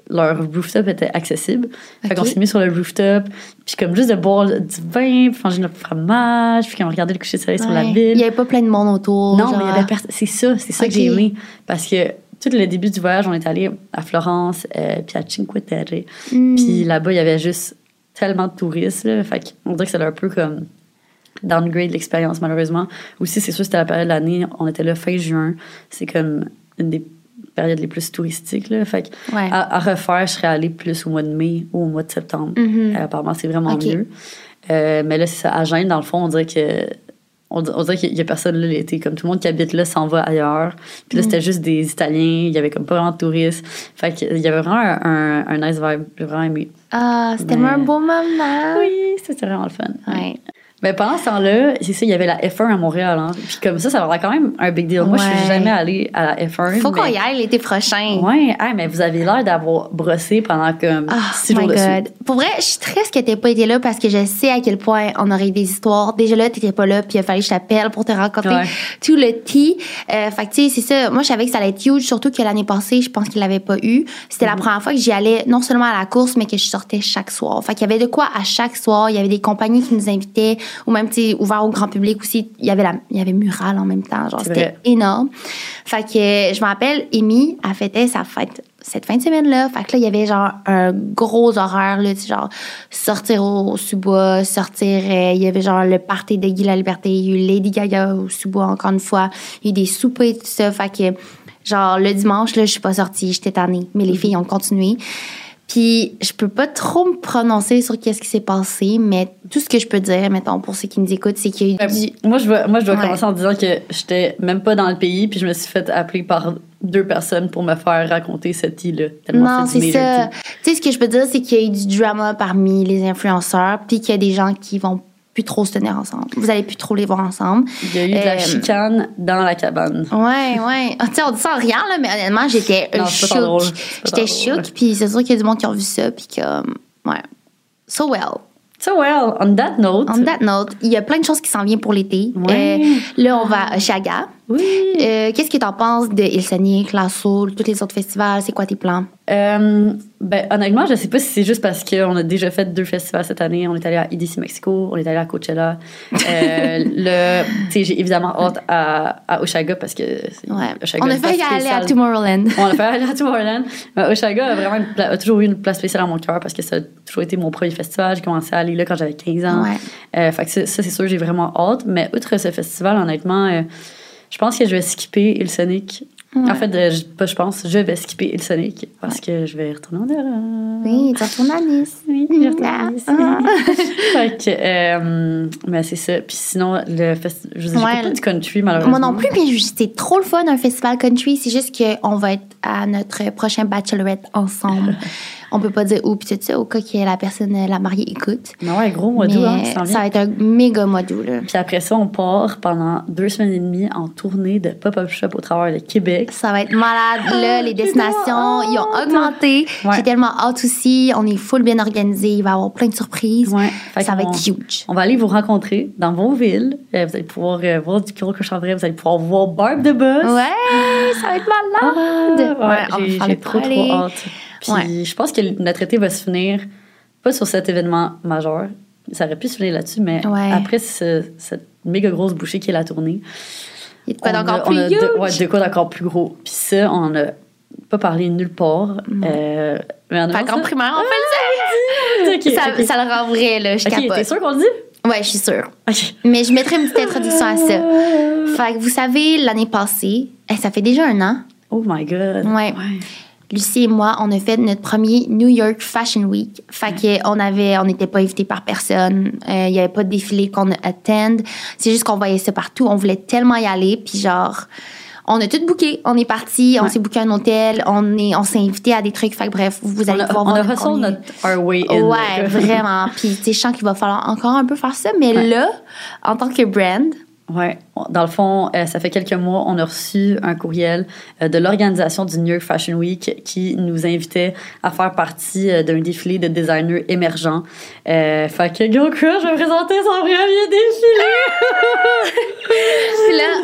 leur rooftop était accessible. Fait Okay. qu'on s'est mis sur le rooftop, puis comme juste de boire du vin, puis manger notre fromage, puis qu'on regardait le coucher de soleil sur la Ouais. ville. Il y avait pas plein de monde autour. Non, genre... mais il y avait personne. C'est ça, c'est ça Ok. que j'ai aimé. Parce que tout le début du voyage, on est allé à Florence, euh, puis à Cinque Terre. Mm. Puis là-bas, il y avait juste tellement de touristes. Là, fait qu'on dirait que c'était un peu comme downgrade l'expérience, malheureusement. Aussi, c'est sûr, c'était la période de l'année. On était là fin juin. C'est comme une des périodes les plus touristiques. Là. Fait que Ouais. à, à refaire, je serais allée plus au mois de mai ou au mois de septembre. Mhm. Euh, apparemment, c'est vraiment Ok. mieux. Euh, mais là, c'est ça. À Gênes, dans le fond, on dirait que on, on dirait qu'il y a personne là l'été. Comme tout le monde qui habite là s'en va ailleurs. Puis là, Mm. c'était juste des Italiens. Il y avait comme pas vraiment de touristes. Fait qu'il y avait vraiment un, un, un nice vibe. J'ai vraiment aimé. Ah, c'était Mais- tellement un beau moment. Oui, c'était vraiment le fun. Ouais. Mais pendant ce temps-là, c'est ça, il y avait la F un à Montréal. Hein. Puis comme ça, ça avait quand même un big deal. Moi, je suis Ouais. jamais allée à la F un. Faut qu'on mais... y aille l'été prochain. Ouais, hey, mais vous avez l'air d'avoir brossé pendant comme Ah, six my jours de God. suite. Pour vrai, je suis triste que t'aies pas été là parce que je sais à quel point on aurait eu des histoires. Déjà là, t'étais pas là, puis il a fallu que je t'appelle pour te raconter Ouais. tout le tea. Euh, fait que tu sais, c'est ça. Moi, je savais que ça allait être huge, surtout que l'année passée, je pense qu'il l'avait pas eu. C'était la première fois que j'y allais non seulement à la course, mais que je sortais chaque soir. Fait qu'il y avait de quoi à chaque soir. Il y avait des compagnies qui nous invitaient, ou même, tu sais, ouvert au grand public aussi. Il y avait la, il y avait Mural en même temps. Genre, C'est c'était vrai. énorme. Fait que euh, je me rappelle, Amy, elle fêtait sa fête cette fin de semaine-là. Fait que là, il y avait genre un gros horaire, là, tu sais, genre sortir au sous-bois, sortir, euh, il y avait genre le party de Guy La Liberté, il y a eu Lady Gaga au sous-bois encore une fois, il y a eu des soupers, tout ça. Fait que genre le dimanche, là, je suis pas sortie, j'étais tannée, mais les filles ont continué. Puis, je peux pas trop me prononcer sur qu'est-ce qui s'est passé, mais tout ce que je peux dire, mettons, pour ceux qui nous écoutent, c'est qu'il y a eu Ben, du... Moi, je dois, moi, je dois Ouais. commencer en disant que j'étais même pas dans le pays, puis je me suis fait appeler par deux personnes pour me faire raconter cette île-là. Tellement Non, c'est du c'est major ça. tea. Tu sais, ce que je peux dire, c'est qu'il y a eu du drama parmi les influenceurs, puis qu'il y a des gens qui vont plus trop se tenir ensemble. Vous allez plus trop les voir ensemble. Il y a eu de la Euh, chicane dans la cabane. Ouais, ouais. Ah, tu sais, on dit ça en rien, là, mais honnêtement, j'étais Non, c'est pas tant drôle. choquée. C'est pas J'étais tant drôle. choquée, puis c'est sûr qu'il y a du monde qui a vu ça, puis comme, ouais. So well. So well, on that note. On that note, il y a plein de choses qui s'en viennent pour l'été. Ouais. Euh, là, on va à Chaga. Oui. Euh, Qu'est-ce que t'en penses de Ilsonic, La Soul, tous les autres festivals? C'est quoi tes plans? Euh, ben, honnêtement, je sais pas si c'est juste parce qu'on a déjà fait deux festivals cette année. On est allé à E D C Mexico, on est allé à Coachella. Euh, le, tu sais, j'ai évidemment hâte à, à Oshaga parce que c'est- Ouais. Oshaga On a a une place failli aller à spéciale. Tomorrowland. On a fait aller à Tomorrowland. Mais Oshaga a vraiment une pla- a toujours eu une place spéciale dans mon cœur parce que ça a toujours été mon premier festival. J'ai commencé à aller là quand j'avais quinze ans. Ouais. Euh, fait que ça, ça, c'est sûr, j'ai vraiment hâte. Mais outre ce festival, honnêtement, euh, je pense que je vais skipper Ilsonic. Ouais. En fait, euh, je, pas je pense, je vais skipper Ilsonic parce que je vais retourner en Europe. Oui, tu retournes à Nice. Oui, je retourne Ah, à Nice. ah. Fait que, euh, mais c'est ça. Puis sinon, le festival, je Ouais. j'écoute pas du country, malheureusement. Moi non plus, mais c'est trop le fun un festival country. C'est juste qu'on va être à notre prochain bachelorette ensemble. On peut pas dire où, puis tout ça, au cas que la personne, la mariée, écoute. Mais ouais, gros mois d'août, hein, Mais qui s'en vient. ça va être un méga mois d'août, là. Puis après ça, on part pendant deux semaines et demie en tournée de pop-up shop au travers de Québec. Ça va être malade. Là, les j'ai destinations, tellement ils ont hâte. augmenté. Ouais. J'ai tellement hâte aussi. On est full bien organisé. Il va y avoir plein de surprises. Ouais. Fait Ça va qu'on- être huge. On va aller vous rencontrer dans vos villes. Euh, vous allez pouvoir euh, voir du Kiro Cochambray. Vous allez pouvoir voir Barb de Boss. Ouais, ça va être malade. Ah, ouais, on va j'ai faire j'ai le trop, party. trop hâte. Puis Ouais. je pense que notre été va se finir, pas sur cet événement majeur. Ça aurait pu se finir là-dessus, mais Ouais. après ce- cette méga grosse bouchée qui est la tournée. Il y a de quoi on a- d'encore on plus a huge. de, ouais, de quoi d'encore plus gros. Puis ça, on n'a pas parlé nulle part. Euh, mais en Fait avant qu'en ça- primaire, on peut le Ok, dire. Ça, ok. ça le rend vrai, là. Je Ok, capote. t'es sûre qu'on le dit? Ouais, je suis sûre. Ok. Mais je mettrai une petite introduction à ça. Fait que vous savez, l'année passée, eh, ça fait déjà un an, Oh my God. Ouais. Lucie et moi, on a fait notre premier New York Fashion Week. Fait que on avait, on n'était pas invité par personne. Euh, Il y avait pas de défilé qu'on attend. C'est juste qu'on voyait ça partout. On voulait tellement y aller. Puis genre, on a tout booké. On est parti. On Ouais. s'est booké un hôtel. On est, on s'est invité à des trucs. Fait que bref, vous On allez a, pouvoir on voir. a notre hustle premier- notre our way in. Ouais, là. vraiment. Puis tu sais, je sens qu'il va falloir encore un peu faire ça. Mais Ouais. là, en tant que brand, Ouais. Dans le fond, euh, ça fait quelques mois, on a reçu un courriel euh, de l'organisation du New York Fashion Week qui nous invitait à faire partie euh, d'un défilé de designers émergents. Euh, fait que, go, quoi, je vais présenter son premier défilé! Puis là,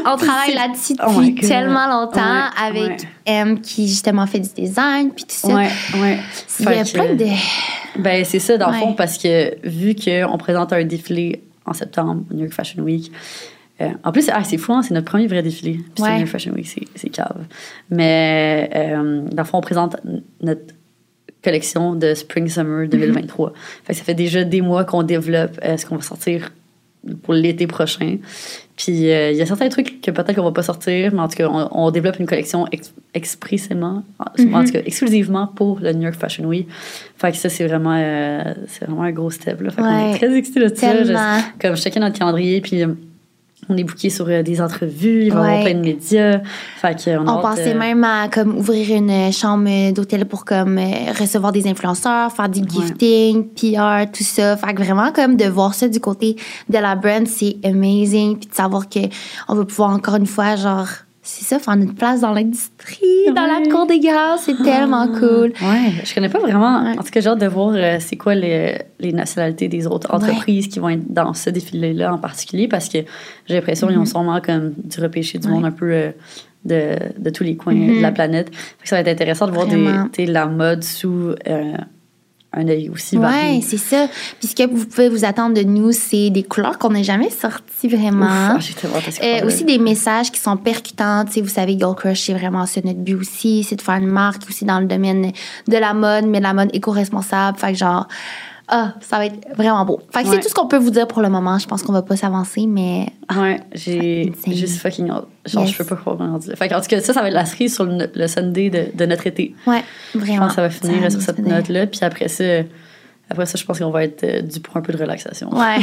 On travaille là-dessus depuis oh tellement longtemps ouais, avec ouais. M qui justement fait du design puis tout ça. Ouais, ouais. Il y a que, plein de... Ben c'est ça dans le ouais. fond parce que vu qu'on présente un défilé en septembre au New York Fashion Week, euh, en plus ah, c'est fou, hein, c'est notre premier vrai défilé. Puis ouais. New York Fashion Week, c'est, c'est cave. Mais euh, dans le fond, on présente notre collection de Spring Summer deux mille vingt-trois. Mm-hmm. Fait que ça fait déjà des mois qu'on développe euh, ce qu'on va sortir pour l'été prochain. Puis il euh, y a certains trucs que peut-être qu'on va pas sortir, mais en tout cas, on, on développe une collection ex- expressément, mm-hmm. en tout cas, exclusivement pour le New York Fashion Week. Fait que ça, c'est vraiment, euh, c'est vraiment un gros step, là. Fait ouais, qu'on est très excités de ça. Je, comme je checkais notre calendrier, puis on est booké sur euh, des entrevues, il va y ouais. avoir plein de médias. Fait que, on on pensait euh... même à comme, ouvrir une chambre d'hôtel pour comme, euh, recevoir des influenceurs, faire du gifting, ouais. P R, tout ça. Fait que vraiment, comme de voir ça du côté de la brand, c'est amazing. Puis de savoir qu'on va pouvoir encore une fois, genre, c'est ça, faire notre place dans l'industrie, ouais. dans la cour des grands. C'est tellement cool. Ouais, je connais pas vraiment. Ouais. En tout cas, j'ai hâte de voir euh, c'est quoi les, les nationalités des autres entreprises ouais. qui vont être dans ce défilé-là en particulier parce que j'ai l'impression qu'ils mm-hmm. ont sûrement comme du repêché du ouais. monde un peu euh, de, de tous les coins mm-hmm. de la planète. Fait que ça va être intéressant de voir des, la mode sous... Euh, un œil aussi varié. Oui, c'est ça. Puis ce que vous pouvez vous attendre de nous, c'est des couleurs qu'on n'a jamais sorties vraiment. Ouf, j'ai tellement hâte à ce euh, aussi des messages qui sont percutants. Tu sais, vous savez, Girl Crush, c'est vraiment ça notre but aussi. C'est de faire une marque aussi dans le domaine de la mode, mais de la mode éco-responsable. Fait que genre... Ah, ça va être vraiment beau. Fait que ouais. c'est tout ce qu'on peut vous dire pour le moment. Je pense qu'on va pas s'avancer, mais... Ouais, j'ai juste fucking hâte. Genre, yes. je peux pas croire qu'on dit. Fait qu'en tout cas, ça, ça va être la cerise sur le, le Sunday de, de notre été. Ouais, vraiment. Je pense que ça va finir ça sur cette finir. note-là. Puis après ça, après ça, je pense qu'on va être euh, dû pour un peu de relaxation. Ouais.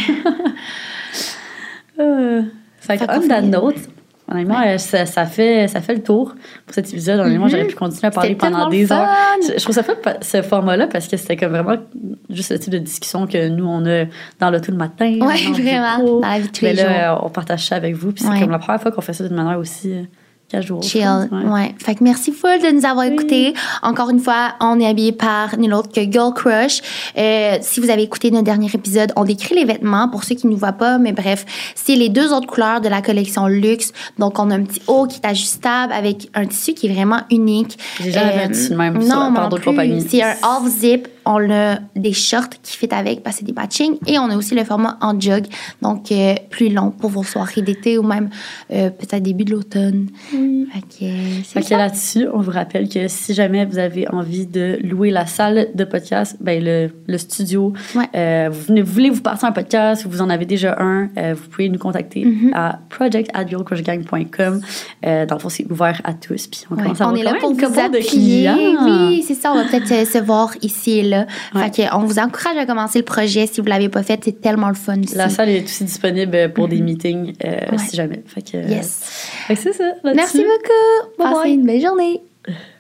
euh, fait que, on that note, honnêtement, ouais. ça, ça, fait, ça fait le tour pour cet épisode. Honnêtement, mm-hmm. j'aurais pu continuer à parler c'était pendant des fun. heures. Je, je trouve ça fun, ce format-là, parce que c'était comme vraiment juste le type de discussion que nous, on a dans l'auto le matin. Oui, vraiment, dans la vie de tous les jours. Mais là, on partage ça avec vous. Puis ouais. c'est comme la première fois qu'on fait ça d'une manière aussi... casual. Chill, ouais. ouais. Fait que merci full de nous avoir oui. écoutés. Encore une fois, on est habillé par nul autre que Girl Crush. Euh, si vous avez écouté notre dernier épisode, on décrit les vêtements pour ceux qui ne nous voient pas, mais bref, c'est les deux autres couleurs de la collection luxe. Donc, on a un petit haut qui est ajustable avec un tissu qui est vraiment unique. J'ai jamais euh, vu ça même non, par d'autres compagnies. C'est un half zip. On a des shorts qui fit avec parce que c'est des matching. Et on a aussi le format en jog, donc euh, plus long pour vos soirées d'été ou même euh, peut-être début de l'automne. Oui. Fait que, fait que là-dessus, on vous rappelle que si jamais vous avez envie de louer la salle de podcast, ben le, le studio, ouais. euh, vous, venez, vous voulez vous partir un podcast, vous en avez déjà un, euh, vous pouvez nous contacter mm-hmm. à project at girl crush gang point com. Euh, dans le fond, c'est ouvert à tous. Puis on, ouais. commence à on est là pour vous appuyer. Oui, c'est ça. On va peut-être se, se voir ici et là. Ouais. Fait que on vous encourage à commencer le projet. Si vous l'avez pas fait, c'est tellement le fun aussi. La salle est aussi disponible pour mm-hmm. des meetings euh, ouais. si jamais. Fait que, yes. Fait que c'est ça. Merci beaucoup. Passez une belle journée.